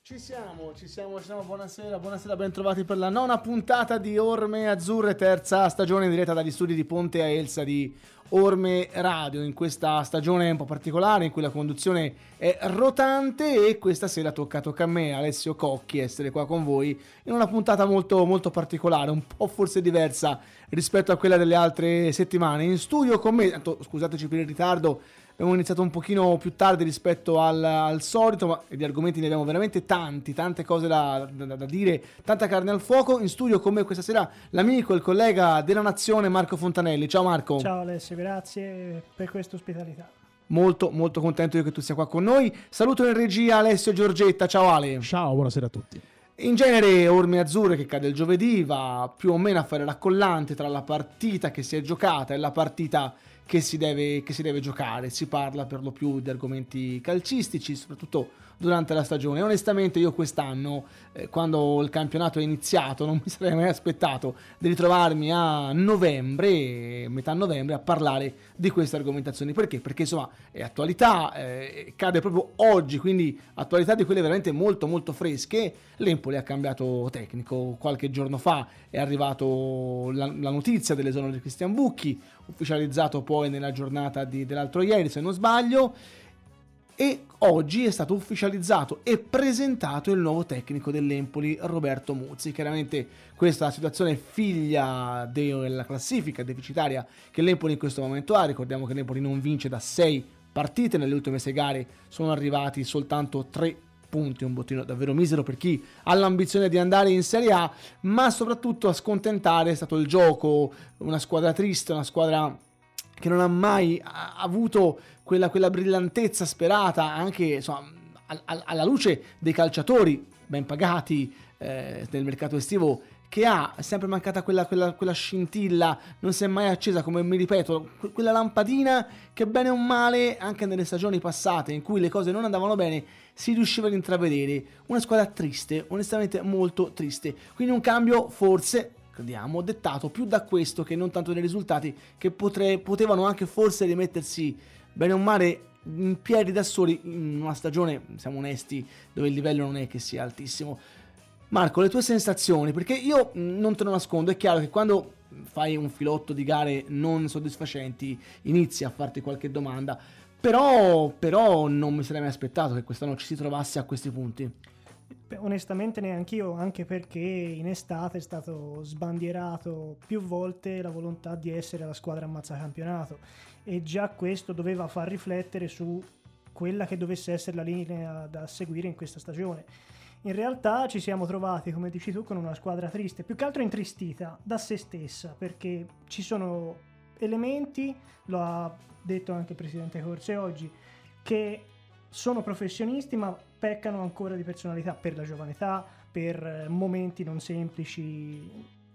Ci siamo, buonasera, ben trovati per la nona puntata di Orme Azzurre, terza stagione in diretta dagli studi di Ponte a Elsa di Orme Radio, in questa stagione un po' particolare in cui la conduzione è rotante e questa sera tocca a me, Alessio Cocchi, essere qua con voi in una puntata molto, molto particolare, un po' forse diversa rispetto a quella delle altre settimane. In studio con me, scusateci per il ritardo, abbiamo iniziato un pochino più tardi rispetto al solito, ma di argomenti ne abbiamo veramente tante cose da dire, tanta carne al fuoco. In studio con me questa sera l'amico, il collega della nazione Marco Fontanelli. Ciao Marco. Ciao Alessio, grazie per questa ospitalità. Molto contento io che tu sia qua con noi. Saluto in regia Alessio Giorgetta. Ciao Ale. Ciao, buonasera a tutti. In genere Orme Azzurre, che cade il giovedì, va più o meno a fare la collante tra la partita che si è giocata e la partita che si deve giocare. Si parla per lo più di argomenti calcistici, soprattutto durante la stagione. Onestamente io quest'anno, quando il campionato è iniziato, non mi sarei mai aspettato di ritrovarmi a novembre, metà novembre, a parlare di queste argomentazioni. Perché? Perché insomma è attualità, cade proprio oggi, quindi attualità di quelle veramente molto fresche. L'Empoli ha cambiato tecnico, qualche giorno fa è arrivato la notizia dell'esonero di Cristian Bucchi, ufficializzato poi nella giornata dell'altro ieri se non sbaglio, e oggi è stato ufficializzato e presentato il nuovo tecnico dell'Empoli, Roberto Muzzi. Chiaramente questa è la situazione figlia della classifica deficitaria che l'Empoli in questo momento ha. Ricordiamo che l'Empoli non vince da 6 partite, nelle ultime 6 gare sono arrivati soltanto 3 punti, un bottino davvero misero per chi ha l'ambizione di andare in Serie A, ma soprattutto a scontentare è stato il gioco, una squadra triste, una squadra che non ha mai avuto quella brillantezza sperata, anche insomma, alla luce dei calciatori ben pagati nel mercato estivo che ha. È sempre mancata quella scintilla, non si è mai accesa, come mi ripeto, quella lampadina che bene o male anche nelle stagioni passate in cui le cose non andavano bene si riusciva ad intravedere. Una squadra triste, onestamente molto triste, quindi un cambio forse, crediamo, dettato più da questo che non tanto dai risultati, che potevano anche forse rimettersi bene o male in piedi da soli in una stagione, siamo onesti, dove il livello non è che sia altissimo. Marco, le tue sensazioni, perché io non te lo nascondo, è chiaro che quando fai un filotto di gare non soddisfacenti inizi a farti qualche domanda, però non mi sarei mai aspettato che quest'anno ci si trovasse a questi punti. Onestamente neanch'io, anche perché in estate è stato sbandierato più volte la volontà di essere la squadra ammazzacampionato, e già questo doveva far riflettere su quella che dovesse essere la linea da seguire in questa stagione. In realtà ci siamo trovati, come dici tu, con una squadra triste, più che altro intristita da se stessa, perché ci sono elementi, lo ha detto anche il presidente Corse oggi, che sono professionisti ma peccano ancora di personalità per la giovane età, per momenti non semplici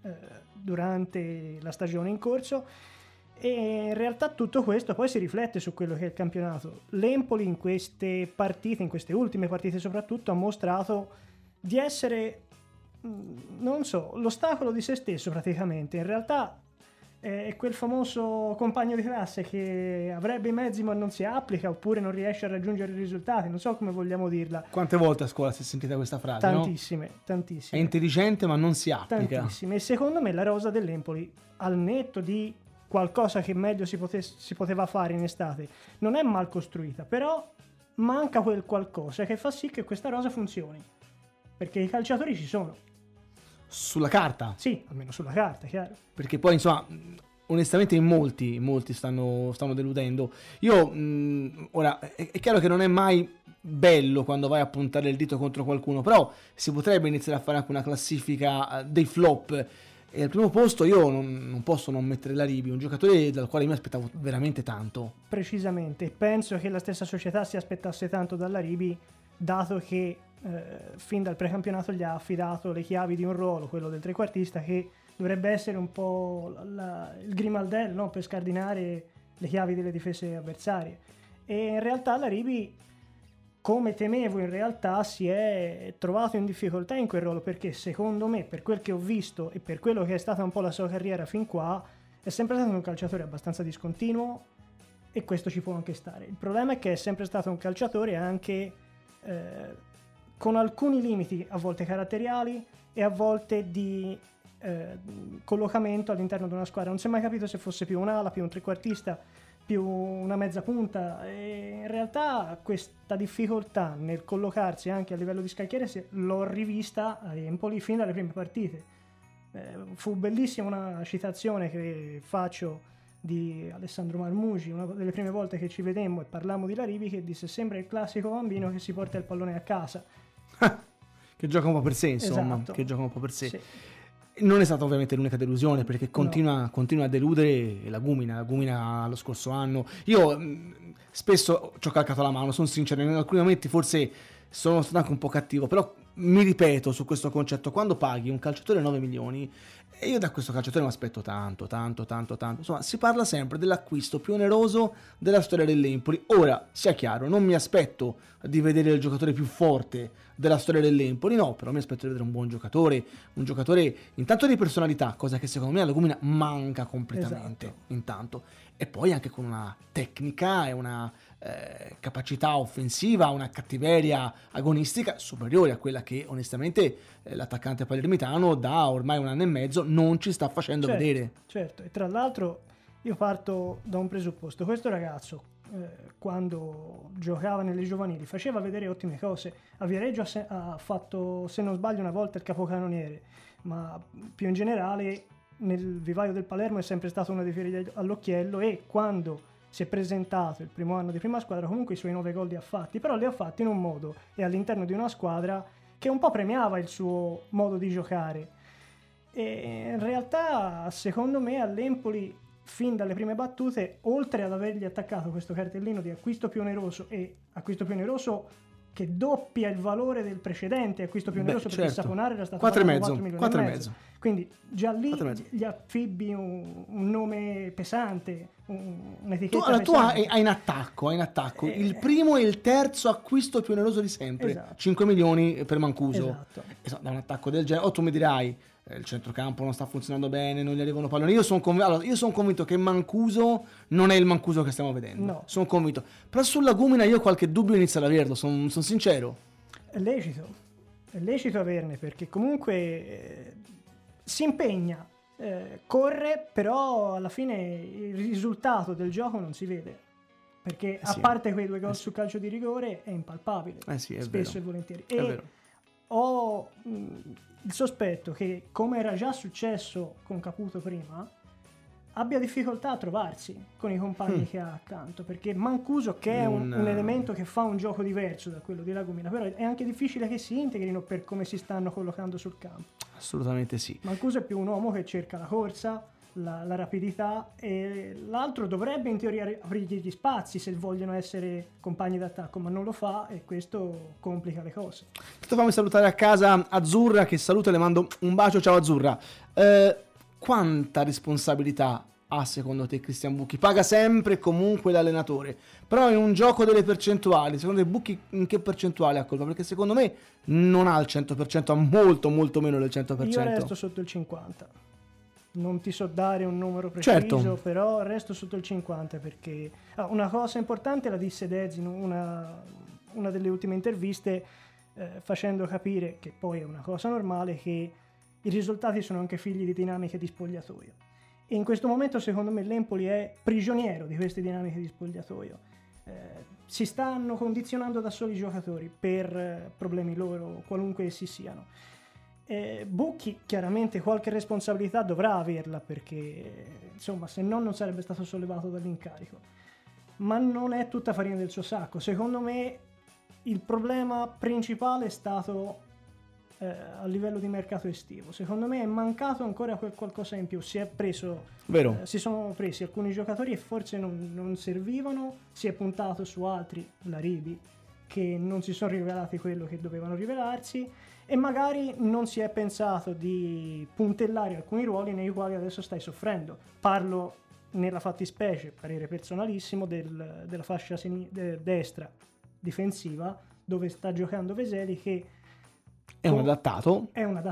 durante la stagione in corso, e in realtà tutto questo poi si riflette su quello che è il campionato. L'Empoli in queste partite, in queste ultime partite soprattutto, ha mostrato di essere, non so, l'ostacolo di se stesso praticamente. In realtà è quel famoso compagno di classe che avrebbe i mezzi ma non si applica, oppure non riesce a raggiungere i risultati, non so come vogliamo dirla. Quante volte a scuola si è sentita questa frase? Tantissime, no? Tantissime. È intelligente ma non si applica. Tantissime. E secondo me la rosa dell'Empoli, al netto di qualcosa che meglio si poteva fare in estate, non è mal costruita, però manca quel qualcosa che fa sì che questa rosa funzioni, perché i calciatori ci sono. Sulla carta? Sì, almeno sulla carta, chiaro. Perché poi insomma, onestamente in molti stanno deludendo. Io ora è chiaro che non è mai bello quando vai a puntare il dito contro qualcuno, però si potrebbe iniziare a fare anche una classifica dei flop. E al primo posto io non posso non mettere Laribi, un giocatore dal quale mi aspettavo veramente tanto. Precisamente, penso che la stessa società si aspettasse tanto da Laribi, dato che fin dal precampionato gli ha affidato le chiavi di un ruolo, quello del trequartista, che dovrebbe essere un po' il grimaldello, no? Per scardinare le chiavi delle difese avversarie. E in realtà Laribi, come temevo, in realtà si è trovato in difficoltà in quel ruolo, perché secondo me, per quel che ho visto e per quello che è stata un po' la sua carriera fin qua, è sempre stato un calciatore abbastanza discontinuo, e questo ci può anche stare. Il problema è che è sempre stato un calciatore anche con alcuni limiti, a volte caratteriali e a volte di collocamento all'interno di una squadra. Non si è mai capito se fosse più un'ala, più un trequartista, più una mezza punta, e in realtà questa difficoltà nel collocarsi anche a livello di scacchiere l'ho rivista a Empoli fin dalle prime partite. Fu bellissima una citazione che faccio di Alessandro Marmugi, una delle prime volte che ci vedemmo e parlammo di Laribi, che disse: sembra il classico bambino che si porta il pallone a casa. Che gioca un po' per sé, insomma. Esatto. Che gioca un po' per sé. Sì. Non è stata ovviamente l'unica delusione, perché continua a deludere la Gumina lo scorso anno. Io spesso ci ho calcato la mano, sono sincero, in alcuni momenti forse sono stato anche un po' cattivo, però mi ripeto su questo concetto: quando paghi un calciatore 9 milioni, e io da questo calciatore mi aspetto tanto. Insomma, si parla sempre dell'acquisto più oneroso della storia dell'Empoli. Ora, sia chiaro, non mi aspetto di vedere il giocatore più forte della storia dell'Empoli, no, però mi aspetto di vedere un buon giocatore, un giocatore intanto di personalità, cosa che secondo me alla Gumina manca completamente, esatto. intanto, e poi anche con una tecnica e una capacità offensiva, una cattiveria agonistica superiore a quella che onestamente l'attaccante palermitano da ormai 1 anno e mezzo non ci sta facendo vedere. Certo, e tra l'altro io parto da un presupposto: questo ragazzo quando giocava nelle giovanili faceva vedere ottime cose. A Viareggio ha fatto, se non sbaglio, una volta il capocannoniere, ma più in generale nel vivaio del Palermo è sempre stato uno dei fiori all'occhiello, e quando si è presentato il primo anno di prima squadra comunque i suoi 9 gol li ha fatti, però li ha fatti in un modo e all'interno di una squadra che un po' premiava il suo modo di giocare. E in realtà secondo me all'Empoli fin dalle prime battute, oltre ad avergli attaccato questo cartellino di acquisto più oneroso, e acquisto più oneroso che doppia il valore del precedente acquisto più oneroso, perché Saponara era stato 4 milioni e mezzo. mezzo. Quindi già lì gli affibbi un nome pesante, un'etichetta tu hai in attacco il primo e il terzo acquisto più oneroso di sempre, esatto. 5 milioni per Mancuso. Esatto. Da un attacco del genere, o tu mi dirai il centrocampo non sta funzionando bene, non gli arrivano palloni. Io sono convinto che Mancuso non è il Mancuso che stiamo vedendo. No. Sono convinto. Però sulla Gumina io qualche dubbio inizio ad averlo, sono sincero. È lecito averne, perché comunque si impegna, corre, però alla fine il risultato del gioco non si vede, perché a parte quei 2 gol sul calcio di rigore è impalpabile, spesso vero. e volentieri. È vero. Ho il sospetto che, come era già successo con Caputo prima, abbia difficoltà a trovarsi con i compagni che ha accanto, perché Mancuso, che è un elemento che fa un gioco diverso da quello di Lagumina, però è anche difficile che si integrino per come si stanno collocando sul campo. Assolutamente sì. Mancuso è più un uomo che cerca la corsa, la rapidità, e l'altro dovrebbe in teoria aprirgli gli spazi se vogliono essere compagni d'attacco, ma non lo fa, e questo complica le cose. Fammi salutare a casa Azzurra, che saluto e le mando un bacio. Ciao Azzurra. Quanta responsabilità ha secondo te Cristian Bucchi? Paga sempre e comunque l'allenatore, però in un gioco delle percentuali, secondo te Bucchi in che percentuale ha colpa? Perché secondo me non ha il 100%, ha molto meno del 100%. Io resto sotto il 50%. Non ti so dare un numero preciso, però resto sotto il 50%, perché una cosa importante la disse Dez in una delle ultime interviste, facendo capire, che poi è una cosa normale, che i risultati sono anche figli di dinamiche di spogliatoio, e in questo momento secondo me l'Empoli è prigioniero di queste dinamiche di spogliatoio. Si stanno condizionando da soli i giocatori per problemi loro, qualunque essi siano. Bucchi chiaramente qualche responsabilità dovrà averla, perché insomma, se no non sarebbe stato sollevato dall'incarico, ma non è tutta farina del suo sacco. Secondo me il problema principale è stato a livello di mercato estivo. Secondo me è mancato ancora qualcosa in più. Si sono presi alcuni giocatori e forse non servivano, si è puntato su altri, Laribi, che non si sono rivelati quello che dovevano rivelarsi, e magari non si è pensato di puntellare alcuni ruoli nei quali adesso stai soffrendo. Parlo nella fattispecie, parere personalissimo, della fascia destra difensiva, dove sta giocando Veseli, che è un adattato,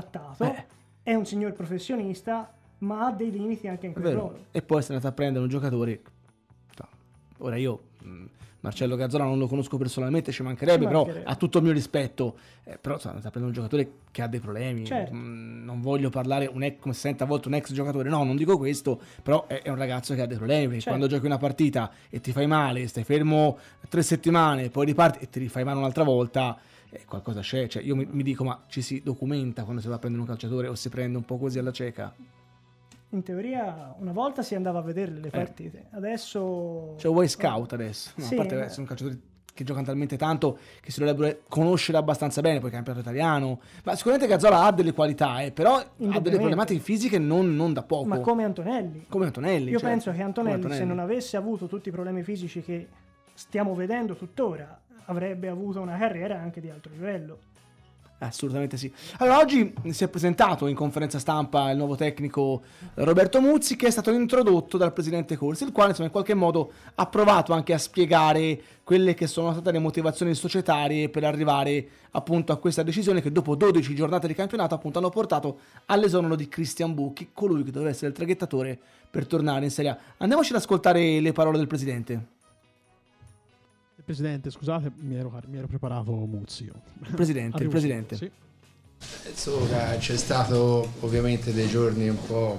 è un signor professionista, ma ha dei limiti anche in quel ruolo. E poi è andato a prendere un giocatore. Ora io Marcello Gazzola non lo conosco personalmente, ci mancherebbe, però ha tutto il mio rispetto. Però sta prendendo un giocatore che ha dei problemi. Certo. Non voglio parlare come si sente a volte un ex giocatore, no, non dico questo, però è un ragazzo che ha dei problemi, perché certo, quando giochi una partita e ti fai male, stai fermo 3 settimane, poi riparti e ti rifai male un'altra volta, qualcosa c'è. Cioè, io mi dico, ma ci si documenta quando si va a prendere un calciatore o si prende un po' così alla cieca? In teoria una volta si andava a vedere le partite, adesso... C'è Boy Scout adesso, no, sì, a parte sono calciatori che giocano talmente tanto che si dovrebbero conoscere abbastanza bene, poi il campionato italiano, ma sicuramente Gazzola ha delle qualità, però ha delle problematiche fisiche non da poco. Ma come Antonelli. Io penso che Antonelli, se non avesse avuto tutti i problemi fisici che stiamo vedendo tuttora, avrebbe avuto una carriera anche di alto livello. Assolutamente sì. Allora, oggi si è presentato in conferenza stampa il nuovo tecnico Roberto Muzzi, che è stato introdotto dal presidente Corsi, il quale insomma in qualche modo ha provato anche a spiegare quelle che sono state le motivazioni societarie per arrivare appunto a questa decisione, che dopo 12 giornate di campionato appunto hanno portato all'esonero di Christian Bucchi, colui che doveva essere il traghettatore per tornare in Serie A. Andiamoci ad ascoltare le parole del presidente. Presidente, scusate, mi ero preparato Muzzi. Il presidente. Sì. Insomma, c'è stato ovviamente dei giorni un po'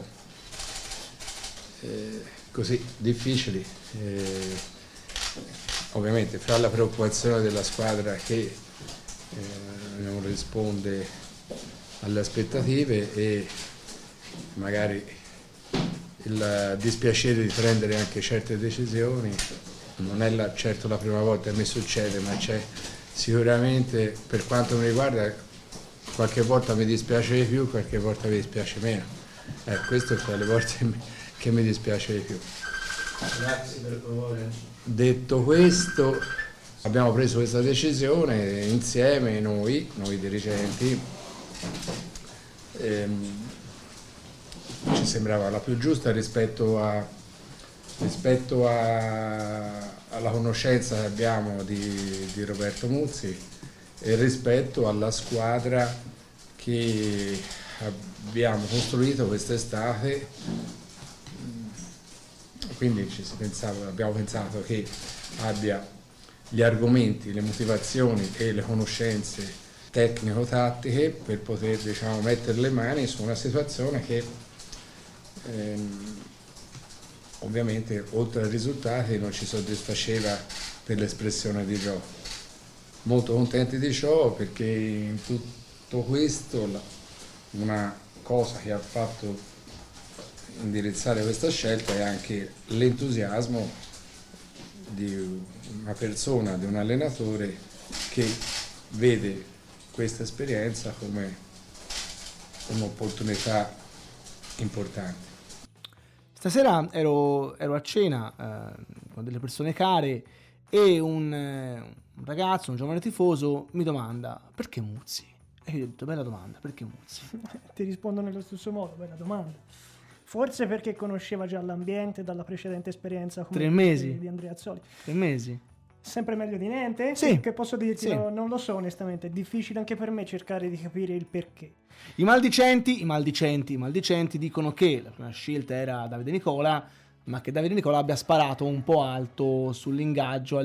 così difficili, ovviamente fra la preoccupazione della squadra che non risponde alle aspettative e magari il dispiacere di prendere anche certe decisioni. Non è certo la prima volta che mi succede, ma c'è sicuramente, per quanto mi riguarda, qualche volta mi dispiace di più, qualche volta mi dispiace meno. Questo è tra le volte che mi dispiace di più. Grazie per favore. Detto questo, abbiamo preso questa decisione insieme noi dirigenti. Ci sembrava la più giusta rispetto alla conoscenza che abbiamo di Roberto Muzzi e rispetto alla squadra che abbiamo costruito quest'estate, quindi abbiamo pensato che abbia gli argomenti, le motivazioni e le conoscenze tecnico-tattiche per poter, diciamo, mettere le mani su una situazione che ovviamente oltre ai risultati non ci soddisfaceva per l'espressione di gioco. Molto contenti di ciò, perché in tutto questo una cosa che ha fatto indirizzare questa scelta è anche l'entusiasmo di una persona, di un allenatore che vede questa esperienza come un'opportunità importante. Stasera ero a cena con delle persone care e un ragazzo, un giovane tifoso, mi domanda: perché Muzzi? E io ho detto: bella domanda, perché Muzzi? Ti rispondo nello stesso modo, bella domanda. Forse perché conosceva già l'ambiente dalla precedente esperienza come 3 mesi di Andrea Azzoli. 3 mesi. Sempre meglio di niente? Sì. Che posso dirti? Sì. Non lo so onestamente, è difficile anche per me cercare di capire il perché. I maldicenti dicono che la prima scelta era Davide Nicola, ma che Davide Nicola abbia sparato un po' alto sull'ingaggio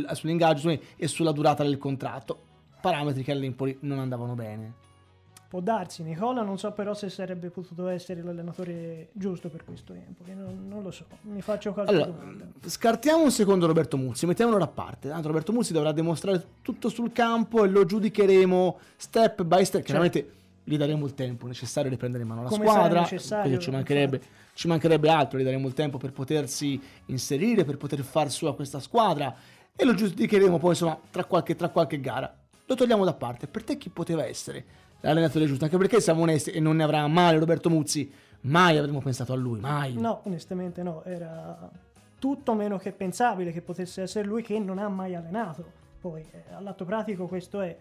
e sulla durata del contratto, parametri che all'Empoli non andavano bene. Può darsi, Nicola, non so però se sarebbe potuto essere l'allenatore giusto per questo Empoli, non lo so, mi faccio qualche domanda. Scartiamo un secondo Roberto Muzzi, mettiamolo da parte. Tanto Roberto Muzzi dovrà dimostrare tutto sul campo e lo giudicheremo step by step. Chiaramente gli daremo il tempo necessario di prendere in mano la squadra, questo ci mancherebbe altro, gli daremo il tempo per potersi inserire, per poter far sua questa squadra, e lo giudicheremo poi insomma tra qualche gara. Lo togliamo da parte. Per te chi poteva essere l'allenatore giusto? Anche perché siamo onesti e non ne avrà male Roberto Muzzi, mai avremmo pensato a lui, mai. No, onestamente no, era tutto meno che pensabile che potesse essere lui, che non ha mai allenato. Poi all'atto pratico questo è.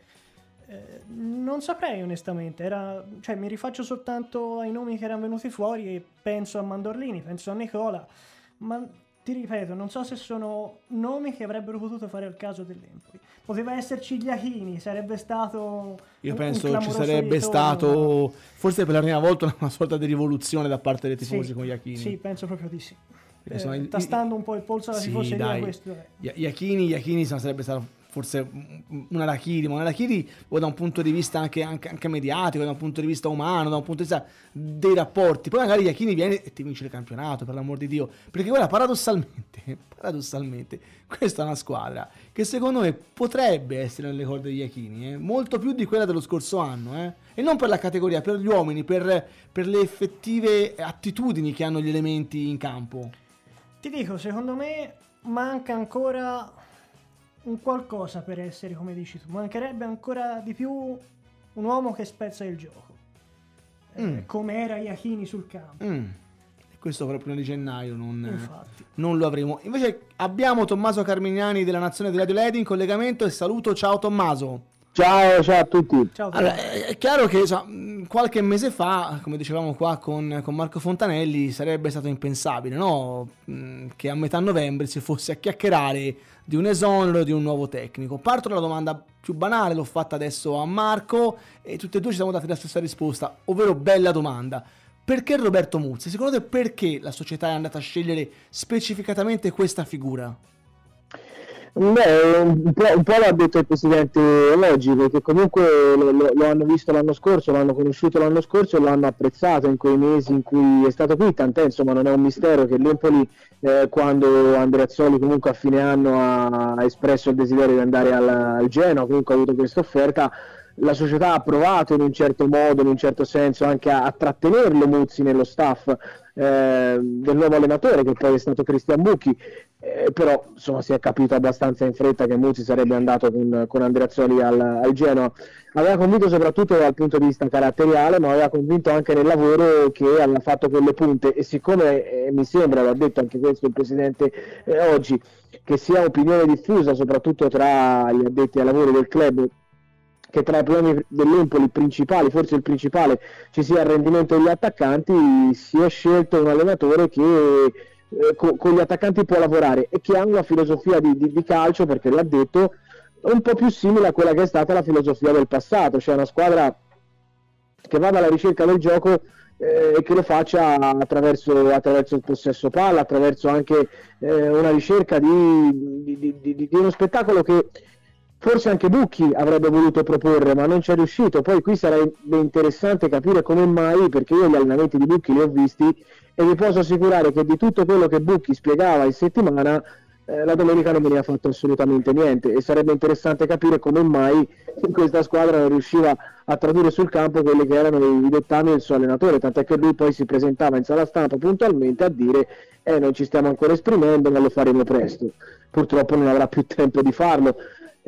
Non saprei onestamente, mi rifaccio soltanto ai nomi che erano venuti fuori e penso a Mandorlini, penso a Nicola, ma ti ripeto, non so se sono nomi che avrebbero potuto fare al caso dell'Empoli. Poteva esserci Iachini, sarebbe stato io penso ci sarebbe stato forse per la prima volta una sorta di rivoluzione da parte dei tifosi con Iachini. Sì, penso proprio di sì. tastando un po' il polso alla Sì, tifoseria, dai. questo è. Iachini sarebbe stato forse un Arachidi, ma un Arachidi da un punto di vista anche mediatico, da un punto di vista umano, da un punto di vista dei rapporti. Poi magari Iachini viene e ti vince il campionato, per l'amor di Dio, perché quella paradossalmente questa è una squadra che secondo me potrebbe essere nelle corde di Iachini, molto più di quella dello scorso anno, e non per la categoria, per gli uomini, per le effettive attitudini che hanno gli elementi in campo. Ti dico, secondo me manca ancora un qualcosa per essere, come dici tu, mancherebbe ancora di più un uomo che spezza il gioco, come era Iachini sul campo. Questo proprio di gennaio Infatti. non lo avremo. Invece abbiamo Tommaso Carmignani della Nazione di Radio Ledi in collegamento, e saluto. Ciao Tommaso. Ciao a tutti. Ciao. Allora, è chiaro che qualche mese fa, come dicevamo qua con Marco Fontanelli, sarebbe stato impensabile, no? Che a metà novembre si fosse a chiacchierare di un esonero, di un nuovo tecnico. Parto dalla domanda più banale, l'ho fatta adesso a Marco e tutti e due ci siamo dati la stessa risposta, ovvero bella domanda. Perché Roberto Muzzi? Secondo te perché la società è andata a scegliere specificatamente questa figura? Beh, un po' l'ha detto il presidente oggi, perché comunque lo hanno visto l'anno scorso, l'hanno conosciuto l'anno scorso e lo hanno apprezzato in quei mesi in cui è stato qui. Tant'è, insomma, non è un mistero che l'Empoli, quando Andreazzoli comunque a fine anno ha espresso il desiderio di andare al Genoa, comunque ha avuto questa offerta, la società ha provato in un certo modo, in un certo senso, anche a trattenerlo Muzzi nello staff del nuovo allenatore, che poi è stato Cristian Bucchi, però insomma si è capito abbastanza in fretta che Muzzi sarebbe andato con Andreazzoli al Genoa. Aveva convinto soprattutto dal punto di vista caratteriale, ma aveva convinto anche nel lavoro che aveva fatto con le punte, e siccome mi sembra, l'ha detto anche questo il presidente oggi, che sia opinione diffusa soprattutto tra gli addetti ai lavori del club, che tra i problemi dell'Empoli principali, forse il principale, ci sia il rendimento degli attaccanti, si è scelto un allenatore che con gli attaccanti può lavorare e che ha una filosofia di calcio, perché l'ha detto, un po' più simile a quella che è stata la filosofia del passato, cioè una squadra che vada alla ricerca del gioco e che lo faccia attraverso il possesso palla, attraverso anche una ricerca di uno spettacolo che forse anche Bucchi avrebbe voluto proporre, ma non ci è riuscito. Poi qui sarebbe interessante capire come mai, perché io gli allenamenti di Bucchi li ho visti e vi posso assicurare che di tutto quello che Bucchi spiegava in settimana, la domenica non veniva fatto assolutamente niente, e sarebbe interessante capire come mai questa squadra non riusciva a tradurre sul campo quelli che erano i dettami del suo allenatore, tant'è che lui poi si presentava in sala stampa puntualmente a dire non ci stiamo ancora esprimendo, ma lo faremo presto. Purtroppo non avrà più tempo di farlo.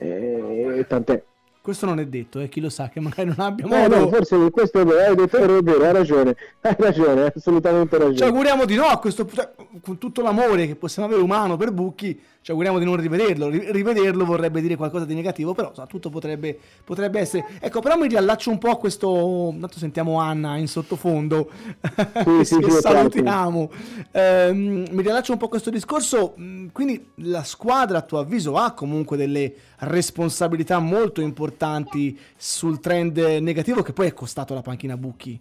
Tant'è. Questo non è detto, chi lo sa, che magari non abbia modo. No, forse questo hai detto, è vero, hai ragione, hai assolutamente ragione. Ci auguriamo di no, a questo, con tutto l'amore che possiamo avere umano per Bucchi, ci auguriamo di non rivederlo. Rivederlo vorrebbe dire qualcosa di negativo, però tutto potrebbe essere. Ecco, però mi riallaccio un po' a questo. Intanto sentiamo Anna in sottofondo, sì, salutiamo. Mi riallaccio un po' a questo discorso. Quindi la squadra, a tuo avviso, ha comunque delle responsabilità molto importanti sul trend negativo che poi è costato la panchina Bucchi?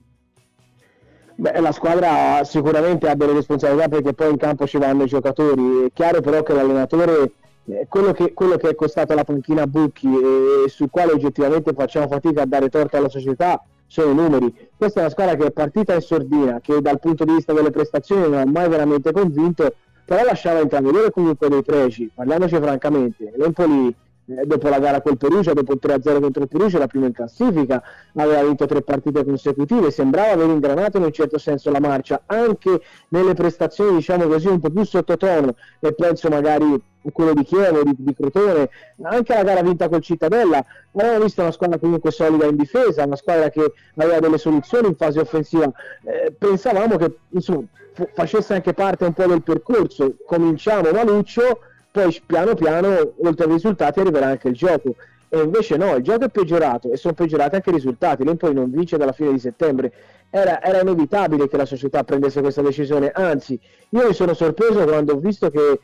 Beh, la squadra sicuramente ha delle responsabilità, perché poi in campo ci vanno i giocatori. È chiaro però che l'allenatore, quello che è costato la panchina Bucchi e sul quale oggettivamente facciamo fatica a dare torto alla società, sono i numeri. Questa è una squadra che è partita in sordina, che dal punto di vista delle prestazioni non ha mai veramente convinto, però lasciava intravedere comunque dei pregi. Parliamoci francamente, l'Empoli dopo la gara col Perugia, dopo il 3-0 contro il Perugia, la prima in classifica, aveva vinto 3 partite consecutive, sembrava aver ingranato in un certo senso la marcia, anche nelle prestazioni, diciamo così, un po' più sottotono, e penso magari quello di Chievo, di Crotone, anche la gara vinta col Cittadella. Avevamo visto una squadra comunque solida in difesa, una squadra che aveva delle soluzioni in fase offensiva. Pensavamo che insomma facesse anche parte un po' del percorso, cominciamo maluccio, poi piano piano oltre ai risultati arriverà anche il gioco, e invece no, il gioco è peggiorato e sono peggiorati anche i risultati. L'Empoli non vince dalla fine di settembre, era inevitabile che la società prendesse questa decisione, anzi io mi sono sorpreso quando ho visto che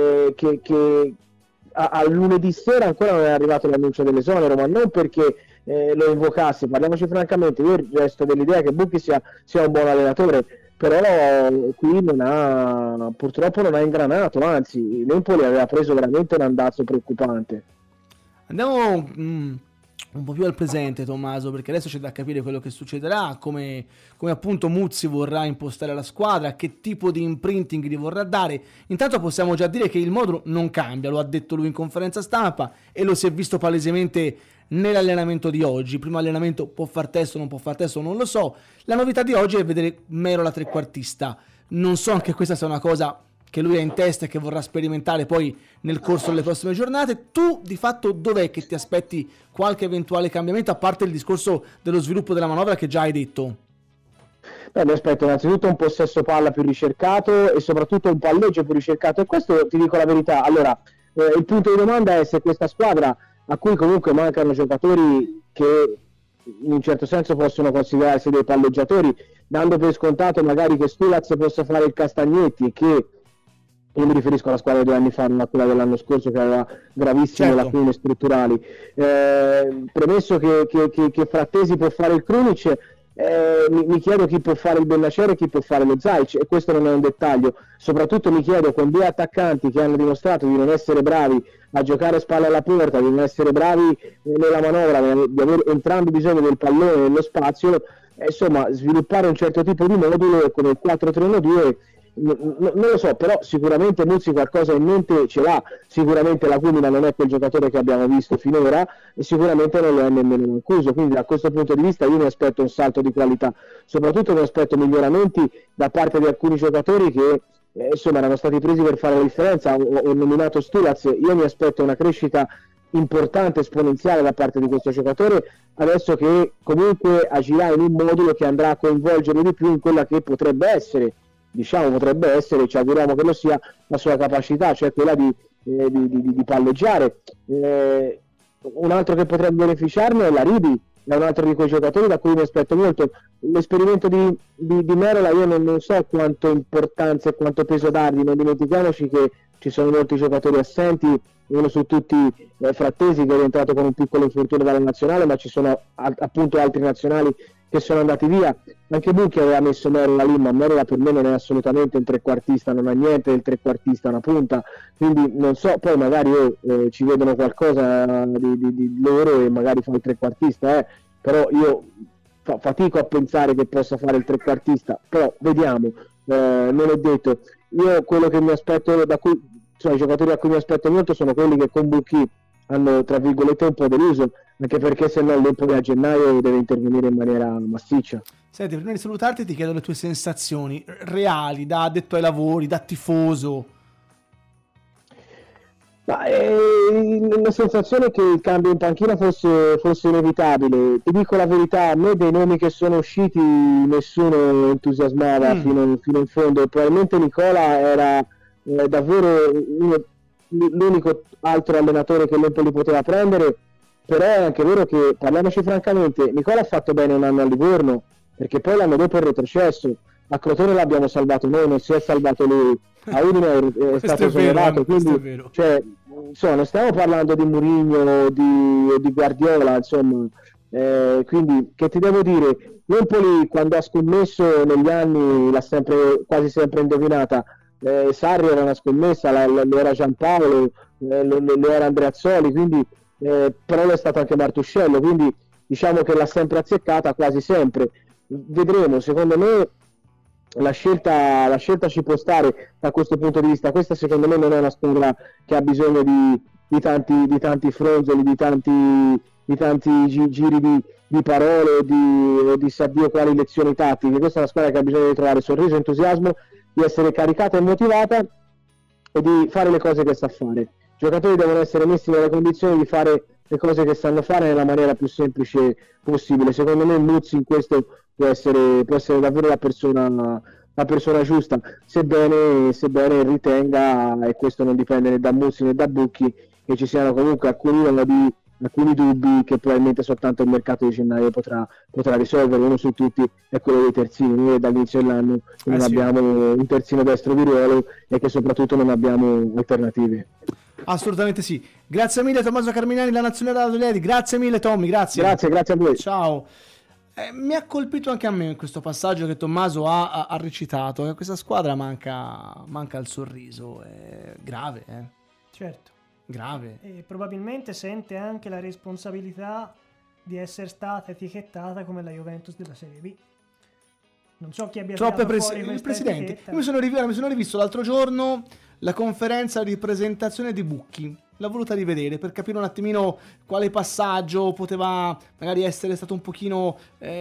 a lunedì sera ancora non è arrivato l'annuncio dell'esonero, ma non perché lo invocasse, parliamoci francamente, io resto dell'idea che Bucchi sia un buon allenatore, però qui purtroppo non ha ingranato, anzi l'Empoli aveva preso veramente un andazzo preoccupante. Andiamo un po' più al presente, Tommaso, perché adesso c'è da capire quello che succederà, come appunto Muzzi vorrà impostare la squadra, che tipo di imprinting gli vorrà dare. Intanto possiamo già dire che il modulo non cambia, lo ha detto lui in conferenza stampa e lo si è visto palesemente nell'allenamento di oggi. Primo allenamento, può far testo, non può far testo, non lo so. La novità di oggi è vedere Mero la trequartista. Non so anche questa sia una cosa che lui ha in testa e che vorrà sperimentare poi nel corso delle prossime giornate. Tu di fatto dov'è che ti aspetti qualche eventuale cambiamento, a parte il discorso dello sviluppo della manovra che già hai detto? Beh, mi aspetto innanzitutto un possesso palla più ricercato e soprattutto un palleggio più ricercato, e questo ti dico la verità. Allora, il punto di domanda è se questa squadra, a cui comunque mancano giocatori che in un certo senso possono considerarsi dei palleggiatori, dando per scontato magari che Stulaz possa fare il Castagnetti, e che io mi riferisco alla squadra di 2 anni fa, non a quella dell'anno scorso che aveva gravissime lacune strutturali, premesso che Frattesi può fare il Krunic, mi chiedo chi può fare il Benacer e chi può fare lo Zaic, e questo non è un dettaglio. Soprattutto mi chiedo, con 2 attaccanti che hanno dimostrato di non essere bravi a giocare spalle alla porta, di non essere bravi nella manovra, di avere entrambi bisogno del pallone nello spazio, insomma sviluppare un certo tipo di modulo come il 4-3-1-2, non lo so, però sicuramente Muzzi qualcosa in mente ce l'ha. Sicuramente la Cumina non è quel giocatore che abbiamo visto finora e sicuramente non lo è nemmeno Mancuso, quindi da questo punto di vista io mi aspetto un salto di qualità, soprattutto mi aspetto miglioramenti da parte di alcuni giocatori che insomma erano stati presi per fare la differenza. Ho nominato Stulaz, io mi aspetto una crescita importante, esponenziale da parte di questo giocatore, adesso che comunque agirà in un modulo che andrà a coinvolgere di più in quella che potrebbe essere, ci auguriamo che lo sia, la sua capacità, cioè quella di palleggiare. Un altro che potrebbe beneficiarne è la Ribi, è un altro di quei giocatori da cui mi aspetto molto. L'esperimento di Merola io non so quanto importanza e quanto peso dargli, non dimentichiamoci che ci sono molti giocatori assenti, uno su tutti Frattesi, che è rientrato con un piccolo infortunio dalla nazionale, ma ci sono appunto altri nazionali che sono andati via. Anche Bucchi aveva messo Merola lì, ma Merola per me non è assolutamente un trequartista, non ha niente del trequartista, una punta, quindi non so, poi magari ci vedono qualcosa di loro e magari fa il trequartista, però io fatico a pensare che possa fare il trequartista, però vediamo, non è detto. Io quello che mi aspetto, i giocatori a cui mi aspetto molto sono quelli che con Bucchi hanno tra virgolette un po' deluso, anche perché se no l'Empoli a gennaio deve intervenire in maniera massiccia. Senti, prima di salutarti ti chiedo le tue sensazioni reali da addetto ai lavori, da tifoso. La sensazione è che il cambio in panchina fosse inevitabile. Ti dico la verità, a me dei nomi che sono usciti nessuno entusiasmava fino in fondo, e probabilmente Nicola era davvero l'unico altro allenatore che l'Empoli poteva prendere. Però è anche vero che, parliamoci francamente, Nicola ha fatto bene un anno a Livorno, perché poi l'anno dopo è retrocesso. A Crotone l'abbiamo salvato noi, non si è salvato lui. A Udine è stato esonerato, quindi cioè, insomma, non stiamo parlando di Mourinho o di Guardiola, insomma, quindi che ti devo dire, l'Empoli quando ha scommesso negli anni l'ha quasi sempre indovinata. Sarri era una scommessa, lo era Giampaolo, lo era Andreazzoli, quindi però lo è stato anche Martuscello, quindi diciamo che l'ha sempre azzeccata quasi sempre. Vedremo, secondo me la scelta ci può stare da questo punto di vista. Questa secondo me non è una squadra che ha bisogno di tanti fronzoli, di tanti giri di parole o di sa Dio quali lezioni tattiche. Questa è una squadra che ha bisogno di trovare sorriso, entusiasmo, di essere caricata e motivata e di fare le cose che sa fare. I giocatori devono essere messi nelle condizioni di fare le cose che sanno fare nella maniera più semplice possibile. Secondo me Muzzi in questo può essere davvero la persona giusta, sebbene ritenga, e questo non dipende né da Muzzi né da Bucchi, che ci siano comunque alcuni dubbi che probabilmente soltanto il mercato di gennaio potrà risolvere. Uno su tutti è quello dei terzini. Noi dall'inizio dell'anno non abbiamo un terzino destro di ruolo e che soprattutto non abbiamo alternative. Assolutamente sì. Grazie mille Tommaso Carminani, la Nazionale Adolieti. Grazie mille Tommy, grazie a voi. Ciao. Mi ha colpito anche a me in questo passaggio che Tommaso ha recitato, che questa squadra manca il sorriso, è grave, Certo. grave. E probabilmente sente anche la responsabilità di essere stata etichettata come la Juventus della Serie B. Non so chi abbia tirato fuori il questa presidente. etichetta. Io mi sono rivisto l'altro giorno la conferenza di presentazione di Bucchi. L'ho voluta rivedere per capire un attimino quale passaggio poteva magari essere stato un pochino,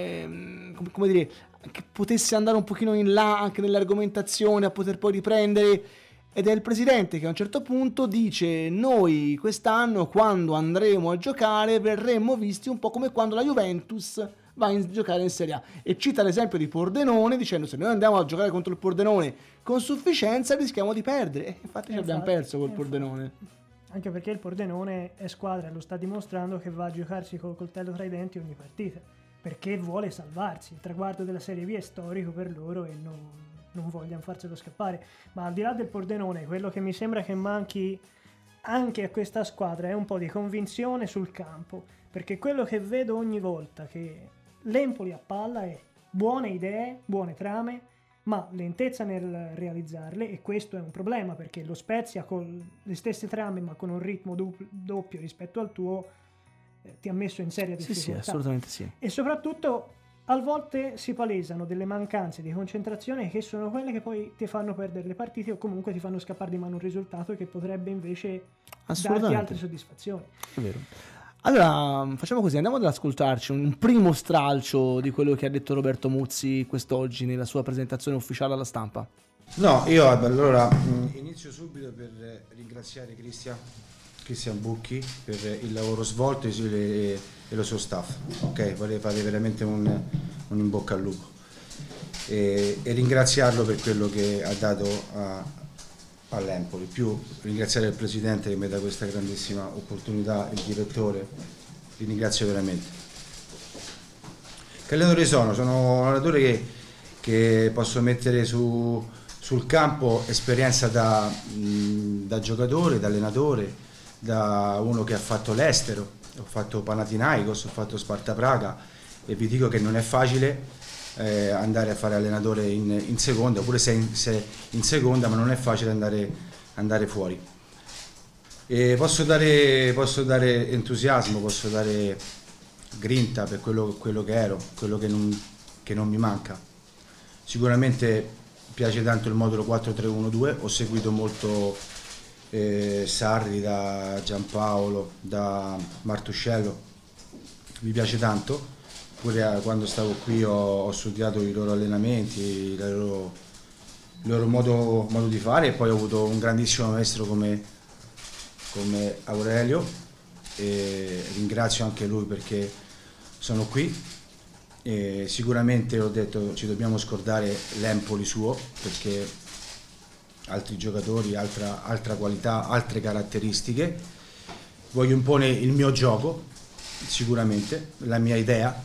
come dire, che potesse andare un pochino in là anche nell'argomentazione, a poter poi riprendere. Ed è il presidente che a un certo punto dice: noi quest'anno, quando andremo a giocare, verremo visti un po' come quando la Juventus va a giocare in Serie A, e cita l'esempio di Pordenone dicendo: se noi andiamo a giocare contro il Pordenone con sufficienza rischiamo di perdere, e infatti ci abbiamo perso col Pordenone. Anche perché il Pordenone è squadra e lo sta dimostrando che va a giocarsi col coltello tra i denti ogni partita, perché vuole salvarsi. Il traguardo della Serie B è storico per loro e non vogliono farselo scappare. Ma al di là del Pordenone, quello che mi sembra che manchi anche a questa squadra è un po' di convinzione sul campo, perché quello che vedo ogni volta che l'Empoli a palla è buone idee, buone trame, ma lentezza nel realizzarle, e questo è un problema, perché lo Spezia con le stesse trame ma con un ritmo doppio rispetto al tuo ti ha messo in seria difficoltà. Sì, assolutamente sì. E soprattutto a volte si palesano delle mancanze di concentrazione che sono quelle che poi ti fanno perdere le partite o comunque ti fanno scappare di mano un risultato che potrebbe invece darti altre soddisfazioni. È vero. Allora facciamo così, andiamo ad ascoltarci un primo stralcio di quello che ha detto Roberto Muzzi quest'oggi nella sua presentazione ufficiale alla stampa. No, io allora inizio subito per ringraziare Cristian Bucchi per il lavoro svolto e lo suo staff. Ok, vorrei fare veramente un in bocca al lupo e ringraziarlo per quello che ha dato all'Empoli, più ringraziare il presidente che mi dà questa grandissima opportunità, il direttore, li ringrazio veramente. Che allenatori sono un allenatore che posso mettere sul campo esperienza da giocatore, da allenatore, da uno che ha fatto l'estero, ho fatto Panathinaikos, ho fatto Sparta Praga, e vi dico che non è facile andare a fare allenatore in seconda, oppure se in seconda, ma non è facile andare fuori. E posso dare entusiasmo, posso dare grinta per quello che ero, quello che non mi manca. Sicuramente piace tanto il modulo 4-3-1-2, ho seguito molto Sarri, da Giampaolo, da Martuscello, mi piace tanto. Pure quando stavo qui ho studiato i loro allenamenti, il loro modo di fare, e poi ho avuto un grandissimo maestro come Aurelio, e ringrazio anche lui perché sono qui. E sicuramente ho detto ci dobbiamo scordare l'Empoli suo, perché altri giocatori, altra qualità, altre caratteristiche. Voglio imporre il mio gioco, sicuramente, la mia idea,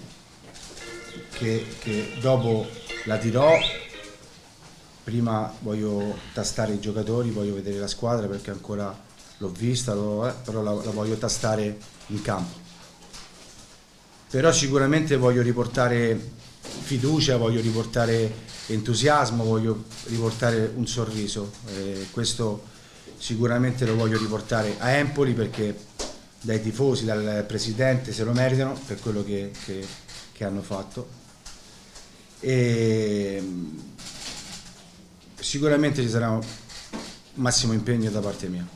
che dopo la dirò. Prima voglio tastare i giocatori, voglio vedere la squadra, perché ancora l'ho vista, però la voglio tastare in campo. Però sicuramente voglio riportare fiducia, voglio riportare entusiasmo, voglio riportare un sorriso. Questo sicuramente lo voglio riportare a Empoli, perché dai tifosi, dal presidente se lo meritano per quello che hanno fatto. E sicuramente ci sarà un massimo impegno da parte mia.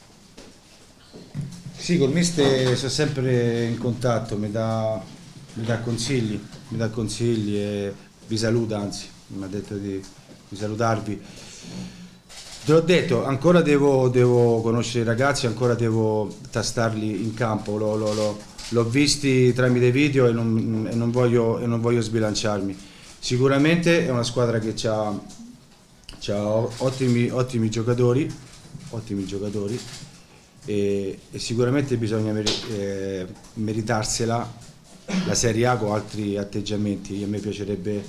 Sì, col mister sono sempre in contatto, mi dà consigli e vi saluta, anzi mi ha detto di salutarvi. Te l'ho detto, ancora devo conoscere i ragazzi, ancora devo tastarli in campo, l'ho visti tramite video e non voglio sbilanciarmi. Sicuramente è una squadra che ha ottimi giocatori, e sicuramente bisogna meritarsela la Serie A con altri atteggiamenti. A me piacerebbe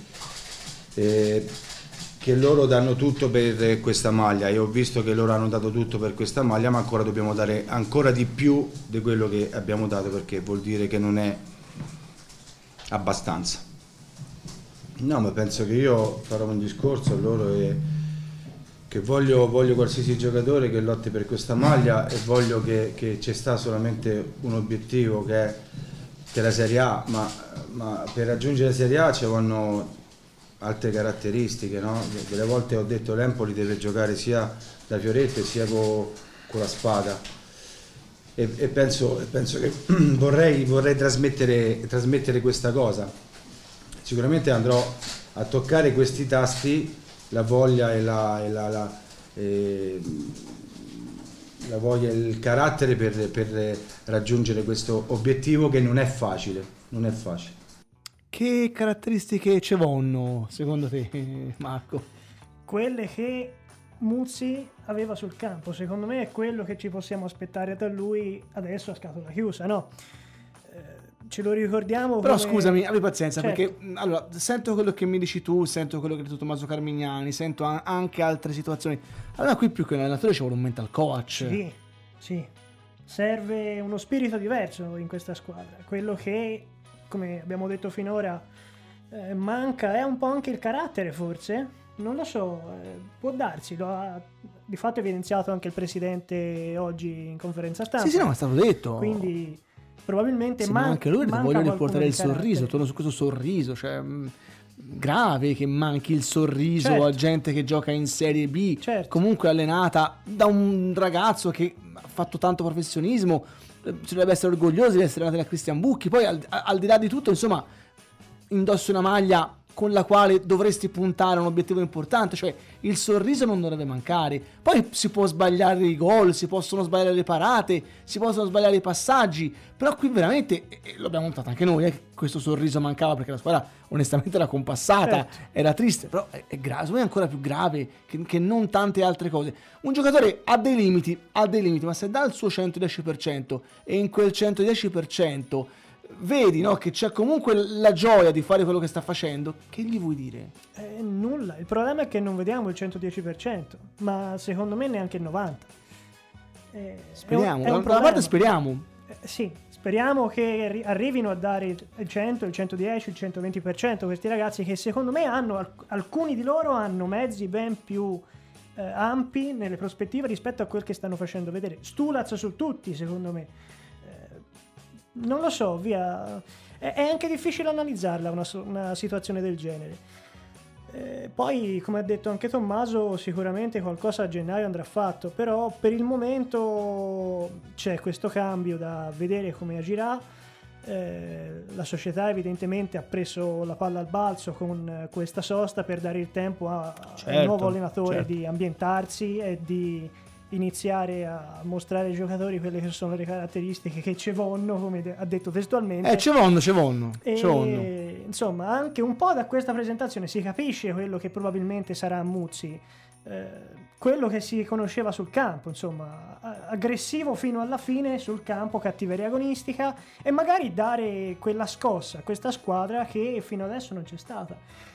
che loro danno tutto per questa maglia, e ho visto che loro hanno dato tutto per questa maglia, ma ancora dobbiamo dare ancora di più di quello che abbiamo dato, perché vuol dire che non è abbastanza. No, ma penso che io farò un discorso a loro e che voglio qualsiasi giocatore che lotti per questa maglia, e voglio che ci sta solamente un obiettivo che è la Serie A, ma per raggiungere la Serie A ci vanno altre caratteristiche, no? Delle volte ho detto l'Empoli deve giocare sia da fiorette sia con la spada, e penso che vorrei trasmettere questa cosa. Sicuramente andrò a toccare questi tasti, la voglia e la voglia e il carattere per raggiungere questo obiettivo, che non è facile. Che caratteristiche ci vanno secondo te, Marco? Quelle che Muzzi aveva sul campo, secondo me è quello che ci possiamo aspettare da lui adesso a scatola chiusa, no? Ce lo ricordiamo. Però come... scusami, abbi pazienza, certo. Perché allora sento quello che mi dici tu, sento quello che ha detto Tommaso Carmignani, sento anche altre situazioni. Allora qui più che un allenatore ci vuole un mental coach. Sì. Serve uno spirito diverso in questa squadra. Quello che, come abbiamo detto finora, manca è un po' anche il carattere, forse. Non lo so, può darsi. Di fatto è evidenziato anche il presidente oggi in conferenza stampa. Sì, no, è stato detto. Quindi probabilmente sì, ma anche lui voglio riportare il sorriso, torno su questo sorriso, cioè grave che manchi il sorriso, certo, a gente che gioca in Serie B, certo, comunque allenata da un ragazzo che ha fatto tanto professionismo, ci dovrebbe essere orgogliosi di essere allenati da Cristian Bucchi. Poi al di là di tutto, insomma, indossi una maglia con la quale dovresti puntare a un obiettivo importante, cioè il sorriso non dovrebbe mancare. Poi si può sbagliare i gol, si possono sbagliare le parate, si possono sbagliare i passaggi, però qui veramente, lo abbiamo notato anche noi, questo sorriso mancava perché la squadra onestamente era compassata, certo, era triste, però è grave, secondo me è ancora più grave che non tante altre cose. Un giocatore ha dei limiti, ma se dà il suo 110% e in quel 110% vedi, no, che c'è comunque la gioia di fare quello che sta facendo, che gli vuoi dire? Nulla. Il problema è che non vediamo il 110%, ma secondo me neanche il 90%. Speriamo, da una parte speriamo. Sì, speriamo che arrivino a dare il 100, il 110, il 120% questi ragazzi, che secondo me hanno, alcuni di loro hanno mezzi ben più ampi nelle prospettive rispetto a quel che stanno facendo vedere. Stulaz su tutti, secondo me. Non lo so, via. È anche difficile analizzarla una situazione del genere. Poi, come ha detto anche Tommaso, sicuramente qualcosa a gennaio andrà fatto, però per il momento c'è questo cambio da vedere come agirà. La società evidentemente ha preso la palla al balzo con questa sosta per dare il tempo al nuovo allenatore di ambientarsi e di iniziare a mostrare ai giocatori quelle che sono le caratteristiche che ci vanno, come ha detto testualmente. Ci vanno. Insomma, anche un po' da questa presentazione si capisce quello che probabilmente sarà Muzzi, quello che si conosceva sul campo, insomma, aggressivo fino alla fine sul campo, cattiveria agonistica, e magari dare quella scossa a questa squadra che fino adesso non c'è stata.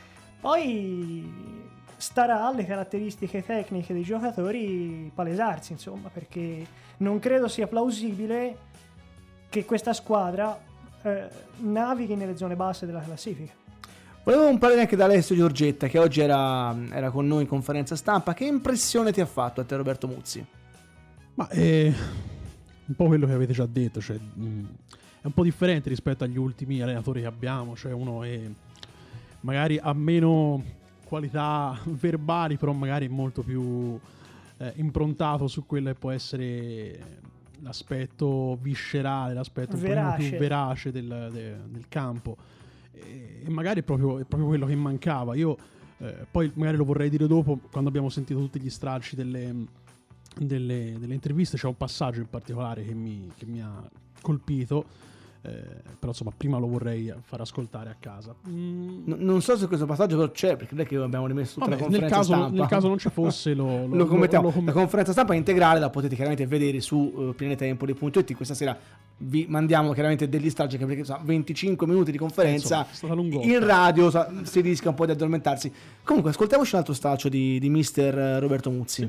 Poi starà alle caratteristiche tecniche dei giocatori palesarsi, insomma, perché non credo sia plausibile che questa squadra navighi nelle zone basse della classifica. Volevo un parere anche da Alessio Giorgetta, che oggi era con noi in conferenza stampa. Che impressione ti ha fatto a te Roberto Muzzi? Ma è un po' quello che avete già detto, cioè, è un po' differente rispetto agli ultimi allenatori che abbiamo, cioè uno è magari ha meno qualità verbali, però magari molto più improntato su quello che può essere l'aspetto viscerale, l'aspetto un po' più verace del campo, e magari è proprio quello che mancava. Io poi magari lo vorrei dire dopo, quando abbiamo sentito tutti gli stralci delle interviste. C'è un passaggio in particolare che mi ha colpito, però insomma prima lo vorrei far ascoltare a casa. Non so se questo passaggio però c'è, perché non è che abbiamo rimesso tutta la conferenza stampa. Nel caso non ci fosse lo commentiamo. La conferenza stampa integrale la potete chiaramente vedere su planetempoli.it. Questa sera vi mandiamo chiaramente degli stralci, perché 25 minuti di conferenza, insomma, in radio si rischia un po' di addormentarsi. Comunque ascoltiamoci un altro stralcio di mister Roberto Muzzi.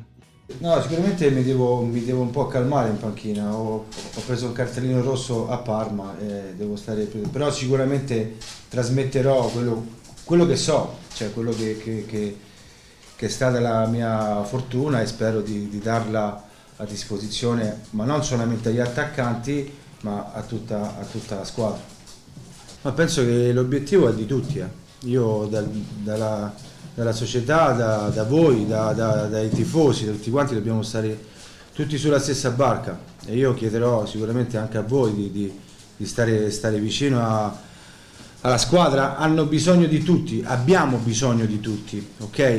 No, sicuramente mi devo un po' calmare in panchina. Ho preso un cartellino rosso a Parma e devo stare. Però sicuramente trasmetterò quello che so, cioè quello che è stata la mia fortuna, e spero di darla a disposizione, ma non solamente agli attaccanti, ma a tutta la squadra. Ma penso che l'obiettivo è di tutti. Io dalla società, da voi, dai tifosi, da tutti quanti dobbiamo stare tutti sulla stessa barca, e io chiederò sicuramente anche a voi di stare vicino alla squadra. Hanno bisogno di tutti, abbiamo bisogno di tutti, ok?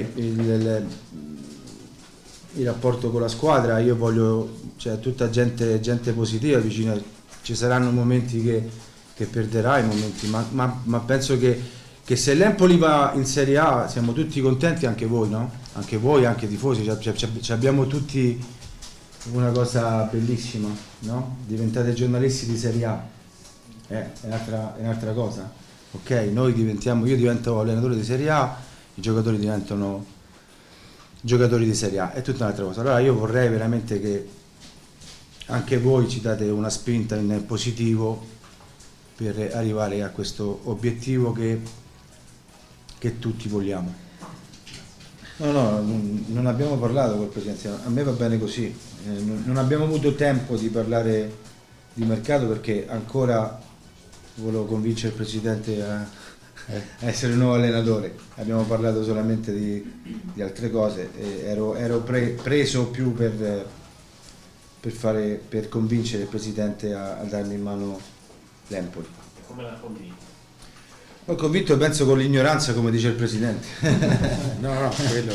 Il rapporto con la squadra, io voglio, cioè, tutta gente positiva vicino. Ci saranno momenti che perderai, momenti, ma penso che se l'Empoli va in Serie A siamo tutti contenti, anche voi, no? Anche voi, anche i tifosi, abbiamo tutti una cosa bellissima, no? Diventate giornalisti di Serie A, è un'altra cosa, ok? Io divento allenatore di Serie A, i giocatori diventano giocatori di Serie A, è tutta un'altra cosa. Allora io vorrei veramente che anche voi ci date una spinta in positivo per arrivare a questo obiettivo che tutti vogliamo. No, non abbiamo parlato col Presidente, a me va bene così. Non abbiamo avuto tempo di parlare di mercato perché ancora volevo convincere il Presidente a essere il nuovo allenatore. Abbiamo parlato solamente di altre cose e ero preso più per convincere il Presidente a darmi in mano l'Empoli. Come l'ha convinto? Ho convinto, penso, con l'ignoranza, come dice il Presidente. No, quello.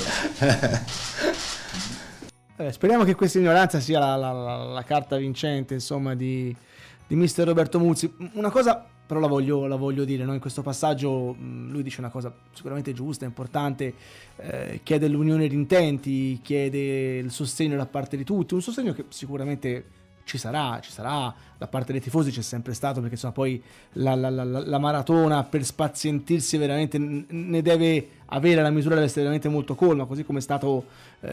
Speriamo che questa ignoranza sia la carta vincente, insomma, di mister Roberto Muzzi. Una cosa però la voglio dire, no? In questo passaggio lui dice una cosa sicuramente giusta, importante, chiede l'unione di intenti, chiede il sostegno da parte di tutti, un sostegno che sicuramente ci sarà da parte dei tifosi, c'è sempre stato, perché insomma poi la maratona, per spazientirsi veramente, ne deve avere, la misura deve essere veramente molto colma, così come è stato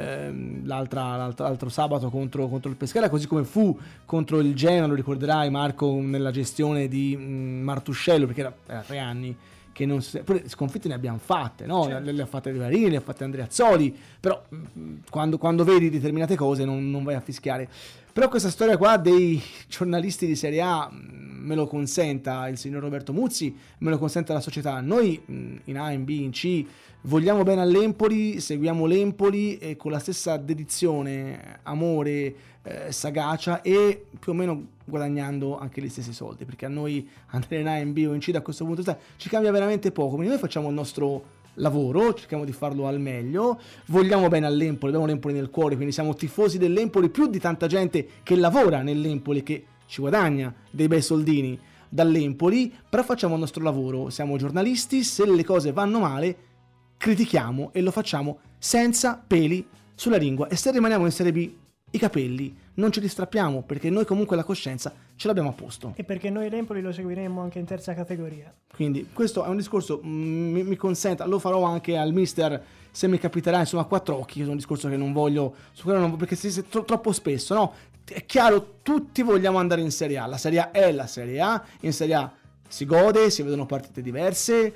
l'altro sabato contro il Pescara, così come fu contro il Genoa, lo ricorderai Marco, nella gestione di Martuscello, perché era 3 anni che non pure sconfitte ne abbiamo fatte, no? Certo. Le ha fatte Rivarini, le ha fatte Andreazzoli, però quando vedi determinate cose non vai a fischiare. Però questa storia qua dei giornalisti di Serie A me lo consenta il signor Roberto Muzzi, me lo consente la società. Noi in A, in B, in C vogliamo bene all'Empoli, seguiamo l'Empoli e con la stessa dedizione, amore, sagacia, e più o meno guadagnando anche gli stessi soldi, perché a noi andare in A, in B o in C da questo punto di vista ci cambia veramente poco. Quindi noi facciamo il nostro lavoro, cerchiamo di farlo al meglio, vogliamo bene all'Empoli, abbiamo l'Empoli nel cuore, quindi siamo tifosi dell'Empoli più di tanta gente che lavora nell'Empoli, che ci guadagna dei bei soldini dall'Empoli, però facciamo il nostro lavoro, siamo giornalisti, se le cose vanno male critichiamo e lo facciamo senza peli sulla lingua, e se rimaniamo in Serie B i capelli non ce li strappiamo, perché noi comunque la coscienza ce l'abbiamo a posto. E perché noi l'Empoli lo seguiremo anche in terza categoria. Quindi questo è un discorso, mi consenta, lo farò anche al mister se mi capiterà, insomma, a 4 occhi, è un discorso che non voglio, su quello non, perché si troppo spesso, no? È chiaro, tutti vogliamo andare in Serie A, la Serie A è la Serie A, in Serie A si gode, si vedono partite diverse,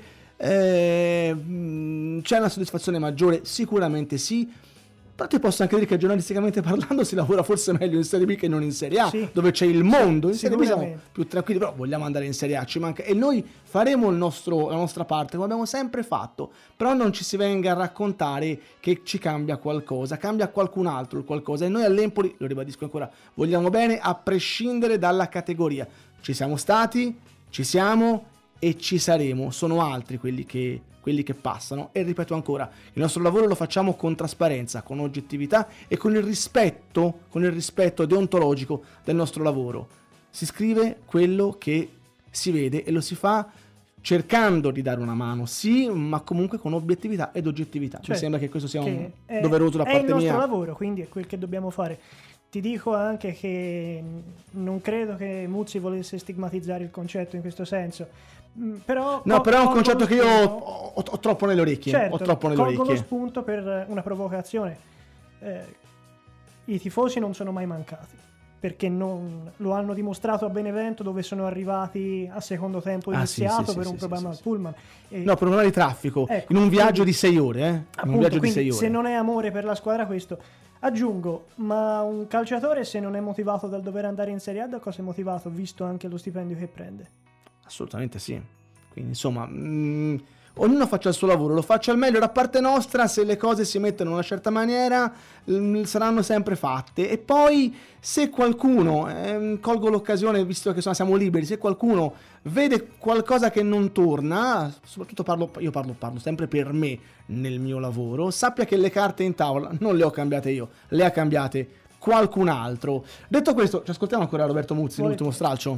c'è una soddisfazione maggiore, sicuramente sì. Però ti posso anche dire che giornalisticamente parlando si lavora forse meglio in Serie B che non in Serie A, sì, dove c'è il mondo. In Serie B siamo più tranquilli, però vogliamo andare in Serie A, ci manca, e noi faremo la nostra parte, come abbiamo sempre fatto. Però non ci si venga a raccontare che ci cambia qualcosa, cambia qualcun altro il qualcosa, e noi all'Empoli, lo ribadisco ancora, vogliamo bene a prescindere dalla categoria. Ci siamo stati, ci siamo e ci saremo, sono altri quelli che passano, e ripeto ancora, il nostro lavoro lo facciamo con trasparenza, con oggettività e con il rispetto deontologico del nostro lavoro. Si scrive quello che si vede e lo si fa cercando di dare una mano, sì, ma comunque con obiettività ed oggettività. Cioè, mi sembra che questo sia un doveroso da parte mia. È il nostro lavoro, quindi è quel che dobbiamo fare. Ti dico anche che non credo che Muzzi volesse stigmatizzare il concetto in questo senso. Però è un concetto che io ho troppo nelle orecchie. Certo, ho troppo nelle orecchie. Colgo lo spunto per una provocazione. i tifosi non sono mai mancati, perché lo hanno dimostrato a Benevento, dove sono arrivati a secondo tempo iniziato per un problema al pullman. No, per un problema di traffico, ecco, in un viaggio di 6 ore. Appunto, un viaggio quindi di 6 ore. Se non è amore per la squadra questo. Aggiungo, ma un calciatore, se non è motivato dal dover andare in Serie A, da cosa è motivato, visto anche lo stipendio che prende? Assolutamente sì. Quindi insomma, ognuno faccia il suo lavoro, lo faccia al meglio da parte nostra. Se le cose si mettono in una certa maniera, saranno sempre fatte. E poi, se qualcuno, colgo l'occasione, visto che siamo liberi, se qualcuno vede qualcosa che non torna, soprattutto io parlo sempre per me nel mio lavoro, sappia che le carte in tavola non le ho cambiate io, le ha cambiate qualcun altro. Detto questo, ci ascoltiamo ancora Roberto Muzzi, l'ultimo stralcio.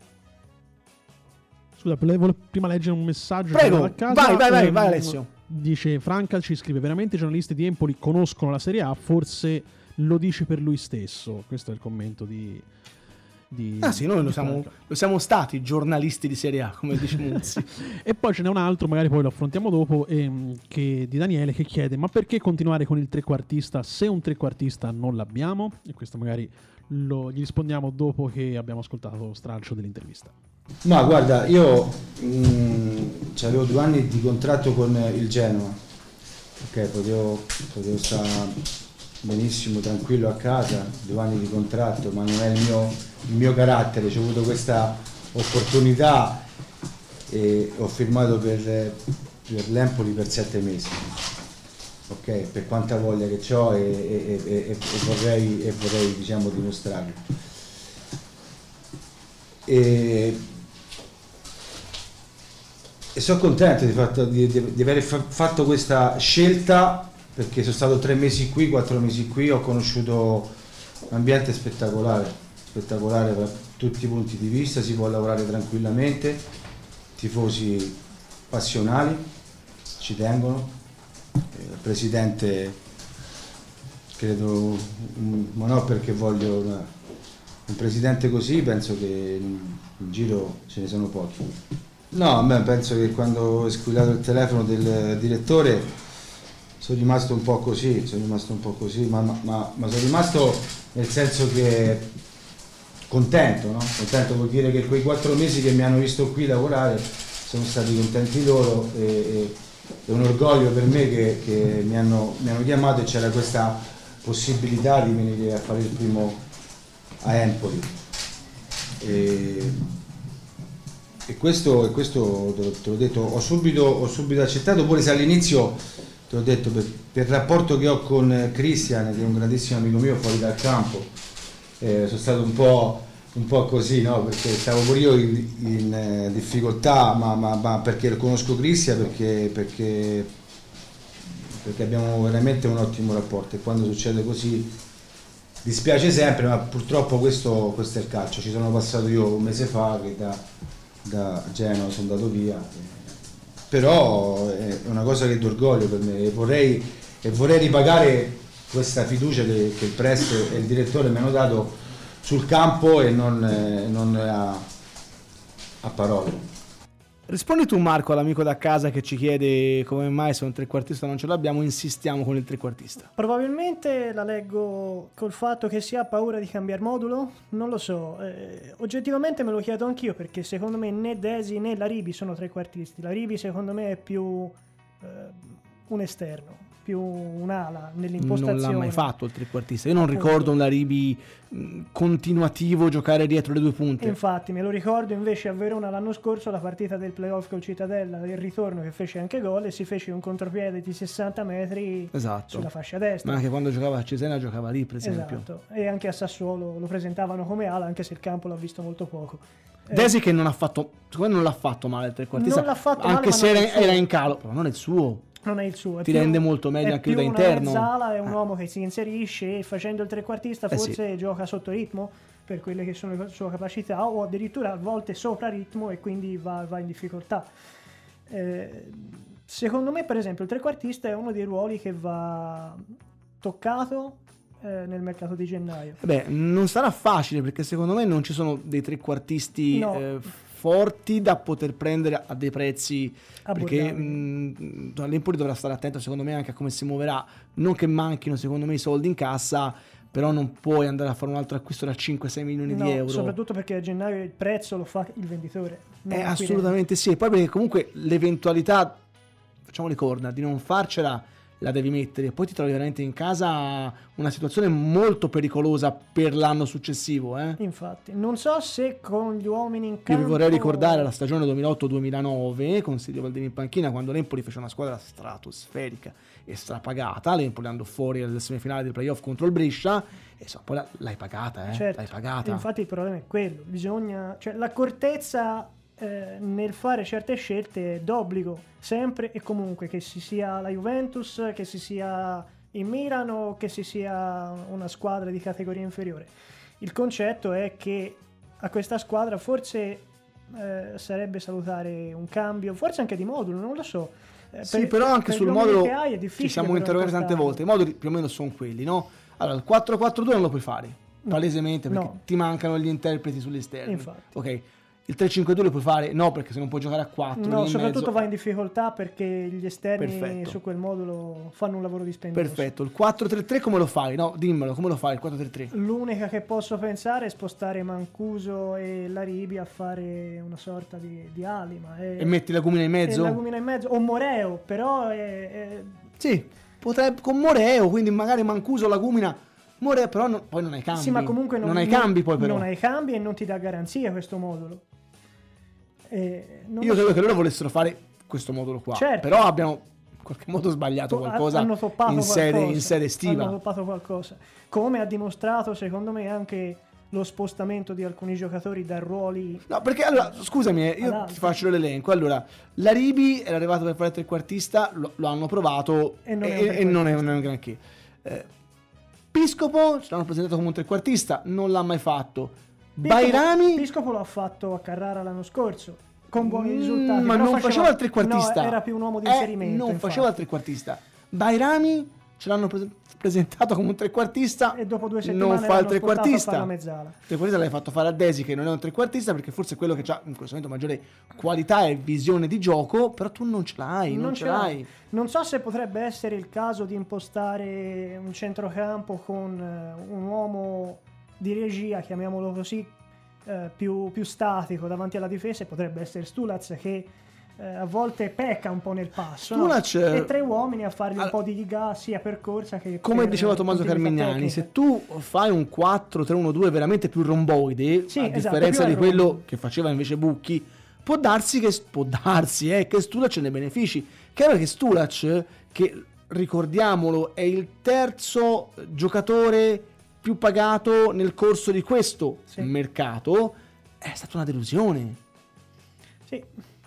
Scusa, volevo prima leggere un messaggio. Prego, a casa. vai Alessio. Dice Franca, ci scrive: veramente i giornalisti di Empoli conoscono la Serie A, forse lo dice per lui stesso. Questo è il commento di sì, noi lo siamo stati giornalisti di Serie A, come dice Muzzi. E poi ce n'è un altro, magari poi lo affrontiamo dopo, di Daniele, che chiede: ma perché continuare con il trequartista se un trequartista non l'abbiamo? E questo magari gli rispondiamo dopo che abbiamo ascoltato lo stralcio dell'intervista. Ma guarda, io avevo 2 anni di contratto con il Genoa, ok, potevo stare benissimo tranquillo a casa, 2 anni di contratto, ma non è il mio carattere. Ho avuto questa opportunità e ho firmato per l'Empoli per 7 mesi, ok, per quanta voglia che ho e vorrei diciamo dimostrarlo. E sono contento di aver fatto questa scelta, perché sono stato 3 mesi qui, 4 mesi qui, ho conosciuto un ambiente spettacolare da tutti i punti di vista, si può lavorare tranquillamente, tifosi passionali, ci tengono, il presidente credo, ma no perché voglio un presidente così, penso che in giro ce ne sono pochi. No, a me penso che quando ho squillato il telefono del direttore sono rimasto un po' così, ma sono rimasto nel senso che contento, no? Contento vuol dire che quei 4 mesi che mi hanno visto qui lavorare sono stati contenti loro, e è un orgoglio per me che mi hanno chiamato, e c'era questa possibilità di venire a fare il primo a Empoli. E questo te l'ho detto, ho subito accettato, pure se all'inizio te l'ho detto, per il rapporto che ho con Christian, che è un grandissimo amico mio fuori dal campo, sono stato un po' così, no? Perché stavo pure io in difficoltà, ma perché lo conosco Christian, perché abbiamo veramente un ottimo rapporto, e quando succede così dispiace sempre, ma purtroppo questo è il calcio. Ci sono passato io un mese fa, che da Genova sono andato via, però è una cosa che è d'orgoglio per me, e vorrei ripagare questa fiducia che il press e il direttore mi hanno dato sul campo, e non a parole. Rispondi tu, Marco, all'amico da casa che ci chiede come mai se un trequartista non ce l'abbiamo insistiamo con il trequartista. Probabilmente la leggo col fatto che si ha paura di cambiare modulo, non lo so, oggettivamente me lo chiedo anch'io, perché secondo me né Desi né Laribi sono trequartisti. Laribi secondo me è più un esterno, più un'ala nell'impostazione. Non l'ha mai fatto il trequartista. Io non ricordo un Laribi continuativo giocare dietro le 2 punte. Infatti me lo ricordo invece a Verona l'anno scorso, la partita del playoff col Cittadella, il ritorno, che fece anche gol, e si fece un contropiede di 60 metri sulla fascia destra. Ma anche quando giocava a Cesena giocava lì, per esempio. Esatto, e anche a Sassuolo lo presentavano come ala, anche se il campo l'ha visto molto poco. Desi che non ha fatto, secondo me non l'ha fatto male il trequartista, non l'ha fatto anche male, se era in calo, però non è il suo. Non è il suo, ti rende molto meglio anche da interno. È un uomo che si inserisce, e facendo il trequartista forse gioca sotto ritmo per quelle che sono le sue capacità, o addirittura a volte sopra ritmo, e quindi va in difficoltà. Secondo me, per esempio, il trequartista è uno dei ruoli che va toccato nel mercato di gennaio. Non sarà facile, perché secondo me non ci sono dei trequartisti forti da poter prendere a dei prezzi, perché l'Empoli dovrà stare attento secondo me anche a come si muoverà, non che manchino secondo me i soldi in cassa, però non puoi andare a fare un altro acquisto da 5-6 milioni di euro. Soprattutto perché a gennaio il prezzo lo fa il venditore. Assolutamente sì, e poi perché comunque l'eventualità, facciamo le corna, di non farcela la devi mettere, e poi ti trovi veramente in casa una situazione molto pericolosa per l'anno successivo. Infatti, non so se con gli uomini in campo... Io vi vorrei ricordare la stagione 2008-2009 con Silvio Valdini in panchina, quando l'Empoli fece una squadra stratosferica e strapagata, l'Empoli andò fuori alle semifinali del playoff contro il Brescia, e insomma poi l'hai pagata, certo. L'hai pagata. Infatti il problema è quello, cioè l'accortezza nel fare certe scelte è d'obbligo, sempre e comunque, che si sia la Juventus, che si sia in Milano, che si sia una squadra di categoria inferiore. Il concetto è che a questa squadra forse sarebbe salutare un cambio, forse anche di modulo, non lo so. Sì, però anche sul modulo ci siamo interrogati tante volte. I moduli più o meno sono quelli, no? Allora, il 4-4-2 non lo puoi fare, palesemente, perché ti mancano gli interpreti sull'esterno. Infatti. Ok. Il 3-5-2 lo puoi fare? No, perché se non puoi giocare a 4. No, soprattutto vai in difficoltà perché gli esterni su quel modulo fanno un lavoro dispendioso. Perfetto. Il 4-3-3 come lo fai? No, dimmelo, come lo fai il 4-3-3? L'unica che posso pensare è spostare Mancuso e Laribi a fare una sorta di Alima. E metti Lagumina in mezzo? O Moreo, però Sì, potrebbe con Moreo, quindi magari Mancuso, Lagumina... Moreo, però poi non hai cambi. Sì, ma comunque non hai cambi poi però. Non hai cambi e non ti dà garanzia questo modulo. Io credo che loro volessero fare questo modulo qua, certo. Però abbiamo in qualche modo sbagliato qualcosa in serie estiva. Hanno toppato qualcosa, come ha dimostrato secondo me anche lo spostamento di alcuni giocatori da ruoli. No, perché allora, scusami, io ti faccio l'elenco. Allora, Laribi era arrivato per fare il trequartista, lo hanno provato e non è un granché. Piscopo ci l'hanno presentato come un trequartista, non l'ha mai fatto. Bairami Piscopo l'ha fatto a Carrara l'anno scorso con buoni risultati, ma non faceva il trequartista. No, era più un uomo di inserimento. Non faceva il trequartista. Bairami ce l'hanno presentato come un trequartista e dopo 2 settimane non fa il trequartista. Il trequartista l'hai fatto fare a Desi, che non è un trequartista, perché forse è quello che ha in questo momento maggiore qualità e visione di gioco, però tu non ce l'hai, non ce l'hai. Non so se potrebbe essere il caso di impostare un centrocampo con un uomo di regia, chiamiamolo così, più statico davanti alla difesa, e potrebbe essere Stulac, che a volte pecca un po' nel passo, Stulac, no? E 3 uomini a fargli un po' di liga sia per corsa che come diceva Tommaso Carmignani, se tu fai un 4-3-1-2 veramente più romboide, a differenza di quello che faceva invece Bucchi, può darsi che Stulac ne benefici. Chiaro che Stulac, che ricordiamolo è il terzo giocatore più pagato nel corso di questo mercato, è stata una delusione. Sì.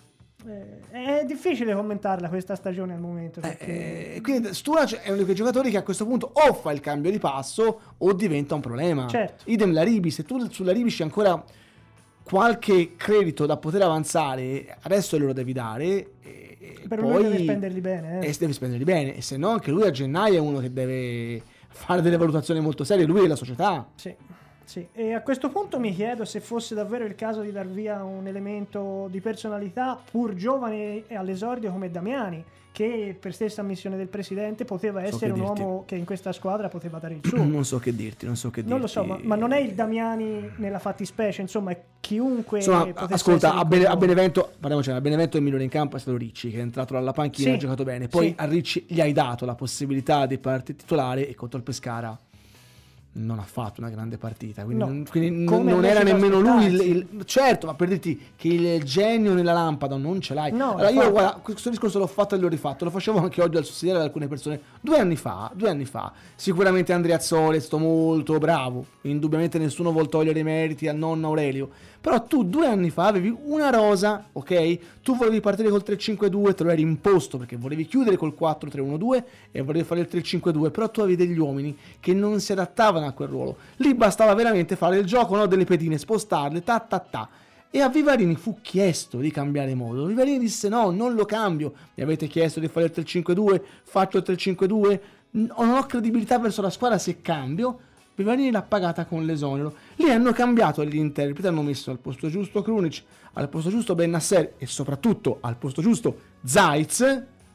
È difficile commentarla questa stagione al momento, perché... quindi Stulac è uno di quei giocatori che a questo punto o fa il cambio di passo o diventa un problema. Certo. Idem Laribi, se tu sulla Laribi c'è ancora qualche credito da poter avanzare, adesso glielo devi dare, per poi lui devi spenderli bene, e devi spenderli bene, e se no anche lui a gennaio è uno che deve fare delle valutazioni molto serie, lui e la società. Sì, e a questo punto mi chiedo se fosse davvero il caso di dar via un elemento di personalità pur giovane e all'esordio come Damiani, che per stessa ammissione del presidente poteva essere un uomo che in questa squadra poteva dare il suo. Non so che dirti. Non lo so, ma non è il Damiani nella fattispecie, insomma, è chiunque. Insomma, ascolta, a Benevento, parliamoci, a Benevento il migliore in campo è stato Ricci, che è entrato dalla panchina e ha giocato bene. Poi a Ricci gli hai dato la possibilità di partire titolare, e contro il Pescara non ha fatto una grande partita, quindi non era nemmeno lui certo, ma per dirti che il genio nella lampada non ce l'hai. Allora io guarda, questo discorso l'ho fatto e l'ho rifatto, lo facevo anche oggi al sussidiario ad alcune persone. 2 anni fa sicuramente Andreazzoli è stato molto bravo, indubbiamente nessuno vuol togliere i meriti al nonno Aurelio, però tu 2 anni fa avevi una rosa, ok? Tu volevi partire col 3-5-2, te lo eri imposto perché volevi chiudere col 4-3-1-2 e volevi fare il 3-5-2, però tu avevi degli uomini che non si adattavano a quel ruolo. Lì bastava veramente fare il gioco, no, delle pedine, spostarle, e a Vivarini fu chiesto di cambiare modo. Vivarini disse no, non lo cambio. Mi avete chiesto di fare il 3-5-2, faccio il 3-5-2, non ho credibilità verso la squadra se cambio. Vivarini l'ha pagata con l'esonero. Lì hanno cambiato gli interpreti, hanno messo al posto giusto Krunic, al posto giusto Bennasser e soprattutto al posto giusto Zajc, e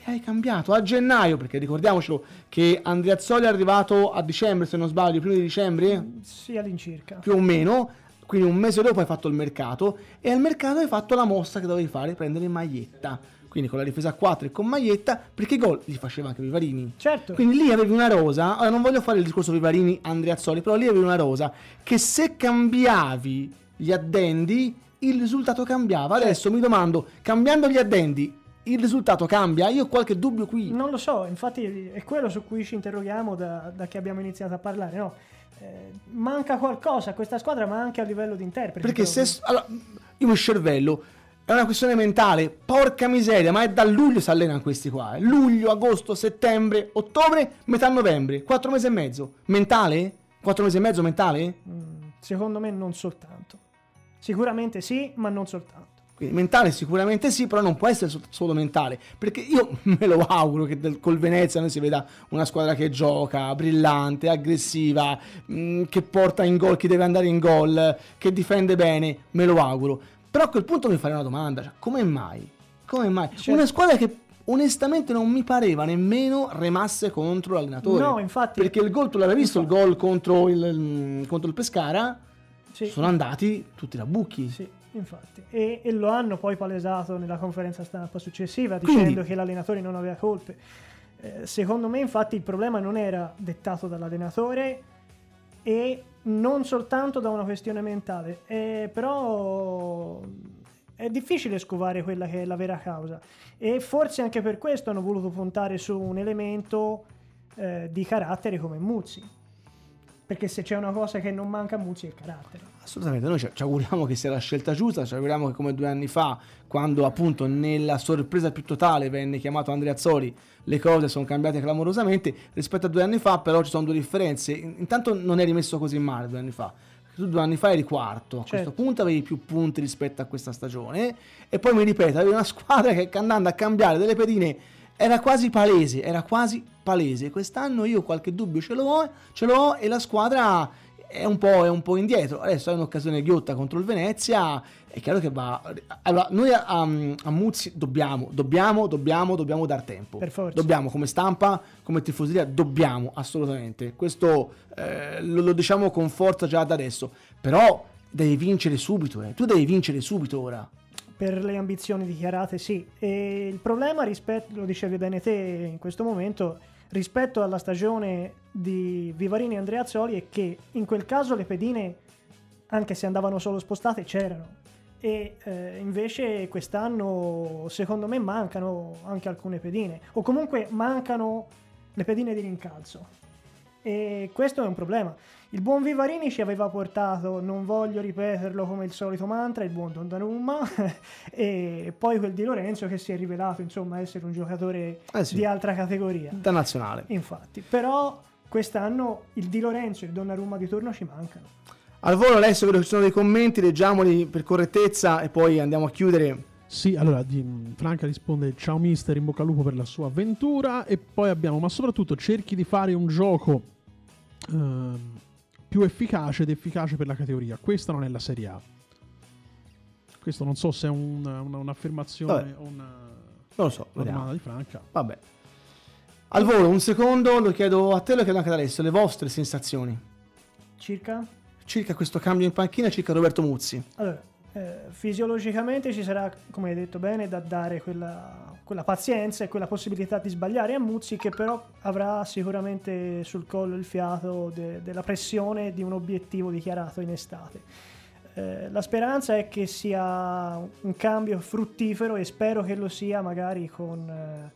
che hai cambiato a gennaio, perché ricordiamocelo che Andreazzoli è arrivato a dicembre, se non sbaglio, i primi di dicembre, Sì, all'incirca. più o meno, quindi un mese dopo hai fatto il mercato, e al mercato hai fatto la mossa che dovevi fare, prendere maglietta, quindi con la difesa a 4 e con maglietta, perché i gol li faceva anche Vivarini. Certo. Quindi lì avevi una rosa, ora non voglio fare il discorso Vivarini Andreazzoli, però lì avevi una rosa che se cambiavi gli addendi il risultato cambiava. Adesso mi domando, cambiando gli addendi il risultato cambia? Io ho qualche dubbio qui. Non lo so, infatti è quello su cui ci interroghiamo da che abbiamo iniziato a parlare, no? Manca qualcosa a questa squadra, ma anche a livello di interpreti. Perché se allora, io mi scervello, è una questione mentale, porca miseria, ma è da luglio si allenano questi qua, luglio, agosto, settembre, ottobre, metà novembre, 4 mesi e mezzo, mentale? 4 mesi e mezzo mentale? Secondo me non soltanto. Sicuramente sì, ma non soltanto. Quindi mentale sicuramente sì, però non può essere solo mentale, perché io me lo auguro che col Venezia noi si veda una squadra che gioca, brillante, aggressiva, che porta in gol chi deve andare in gol, che difende bene, me lo auguro. Però a quel punto mi farei una domanda, cioè, come mai? Come mai? Certo. Una squadra che onestamente non mi pareva nemmeno remasse contro l'allenatore. No, infatti. Perché il gol, tu l'avevi visto, il gol contro il Pescara? Sì. Sono andati tutti da buchi. Sì, infatti. E lo hanno poi palesato nella conferenza stampa successiva, dicendo Quindi, che l'allenatore non aveva colpe. Secondo me, infatti, il problema non era dettato dall'allenatore e non soltanto da una questione mentale, però è difficile scovare quella che è la vera causa, e forse anche per questo hanno voluto puntare su un elemento di carattere come Muzzi, perché se c'è una cosa che non manca a Muzzi è il carattere. assolutamente, noi ci auguriamo che sia la scelta giusta, ci auguriamo che come 2 anni fa, quando appunto nella sorpresa più totale venne chiamato Andreazzoli, le cose sono cambiate clamorosamente. Rispetto a 2 anni fa però ci sono 2 differenze. Intanto non eri messo così male 2 anni fa, tu 2 anni fa eri quarto, a questo punto avevi più punti rispetto a questa stagione, e poi mi ripeto, avevi una squadra che andando a cambiare delle pedine era quasi palese. Quest'anno io qualche dubbio ce l'ho e la squadra è un po' indietro. Adesso hai un'occasione ghiotta contro il Venezia, è chiaro che va. Allora, noi a Muzzi dobbiamo dar tempo. Per forza. Dobbiamo, come stampa, come tifoseria, dobbiamo assolutamente. Questo lo diciamo con forza già da adesso. Però devi vincere subito, tu devi vincere subito ora. Per le ambizioni dichiarate, sì. E il problema, lo dicevi bene te in questo momento, rispetto alla stagione di Vivarini e Andreazzoli, è che in quel caso le pedine, anche se andavano solo spostate, c'erano. E invece quest'anno, secondo me, mancano anche alcune pedine. O comunque mancano le pedine di rincalzo. E questo è un problema. Il buon Vivarini ci aveva portato, non voglio ripeterlo come il solito mantra, il buon Donnarumma e poi quel Di Lorenzo che si è rivelato insomma essere un giocatore di altra categoria, da nazionale. Infatti, però quest'anno il Di Lorenzo e il Donnarumma di turno ci mancano. Al volo adesso vedo che ci sono dei commenti, leggiamoli per correttezza e poi andiamo a chiudere. Sì, allora Franca risponde: ciao mister, in bocca al lupo per la sua avventura. E poi abbiamo, ma soprattutto cerchi di fare un gioco più efficace ed efficace per la categoria. Questa non è la Serie A. Questo non so se è un'affermazione o una non lo so, domanda di Franca. Vabbè. Al volo, un secondo, lo chiedo a te, lo chiedo anche ad Alessio, le vostre sensazioni circa questo cambio in panchina, circa Roberto Muzzi. Allora, fisiologicamente ci sarà, come hai detto bene, da dare quella pazienza e quella possibilità di sbagliare a Muzzi, che però avrà sicuramente sul collo il fiato della pressione di un obiettivo dichiarato in estate. La speranza è che sia un cambio fruttifero e spero che lo sia magari con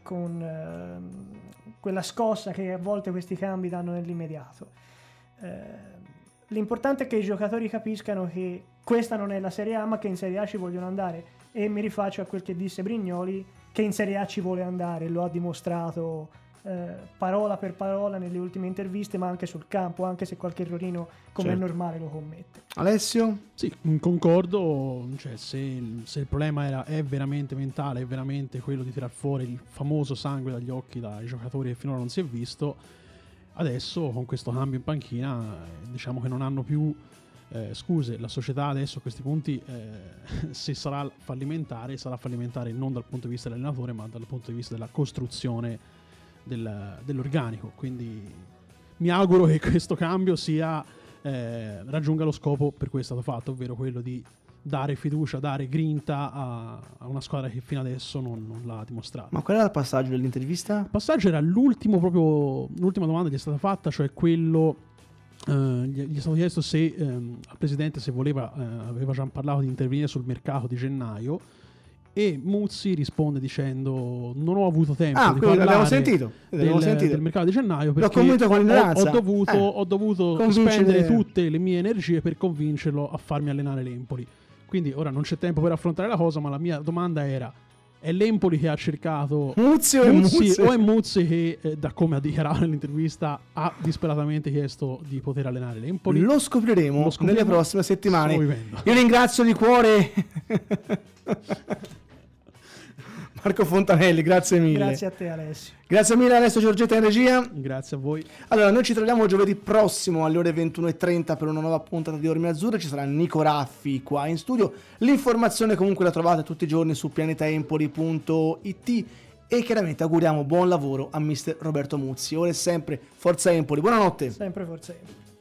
quella scossa che a volte questi cambi danno nell'immediato. L'importante è che i giocatori capiscano che questa non è la Serie A, ma che in Serie A ci vogliono andare, e mi rifaccio a quel che disse Brignoli, che in Serie A ci vuole andare, lo ha dimostrato parola per parola nelle ultime interviste, ma anche sul campo, anche se qualche errorino, come è normale, lo commette. Alessio? Sì, concordo, cioè se il problema è veramente mentale, è veramente quello di tirar fuori il famoso sangue dagli occhi dai giocatori che finora non si è visto, adesso con questo cambio in panchina diciamo che non hanno più scuse, la società adesso a questi punti, se sarà fallimentare non dal punto di vista dell'allenatore, ma dal punto di vista della costruzione dell'organico. Quindi mi auguro che questo cambio raggiunga lo scopo per cui è stato fatto, ovvero quello di dare fiducia, dare grinta a una squadra che fino adesso non l'ha dimostrato. Ma qual era il passaggio dell'intervista? Il passaggio era l'ultima domanda che è stata fatta, cioè quello gli è stato chiesto se al presidente se aveva già parlato di intervenire sul mercato di gennaio, e Muzzi risponde dicendo: non ho avuto tempo di parlare del mercato di gennaio perché ho dovuto spendere tutte le mie energie per convincerlo a farmi allenare l'Empoli. Quindi ora non c'è tempo per affrontare la cosa, ma la mia domanda era: è l'Empoli che ha cercato Muzzi o è Muzzi che, da come ha dichiarato nell'intervista, ha disperatamente chiesto di poter allenare l'Empoli? Lo scopriremo nelle prossime settimane. Io ringrazio di cuore Marco Fontanelli, grazie mille. Grazie a te, Alessio. Grazie mille Alessio Giorgetta in regia. Grazie a voi. Allora, noi ci troviamo giovedì prossimo alle ore 21:30 per una nuova puntata di Orme Azzurre. Ci sarà Nico Raffi qua in studio. L'informazione comunque la trovate tutti i giorni su pianetaempoli.it, e chiaramente auguriamo buon lavoro a mister Roberto Muzzi. Ora è sempre Forza Empoli. Buonanotte. Sempre Forza Empoli.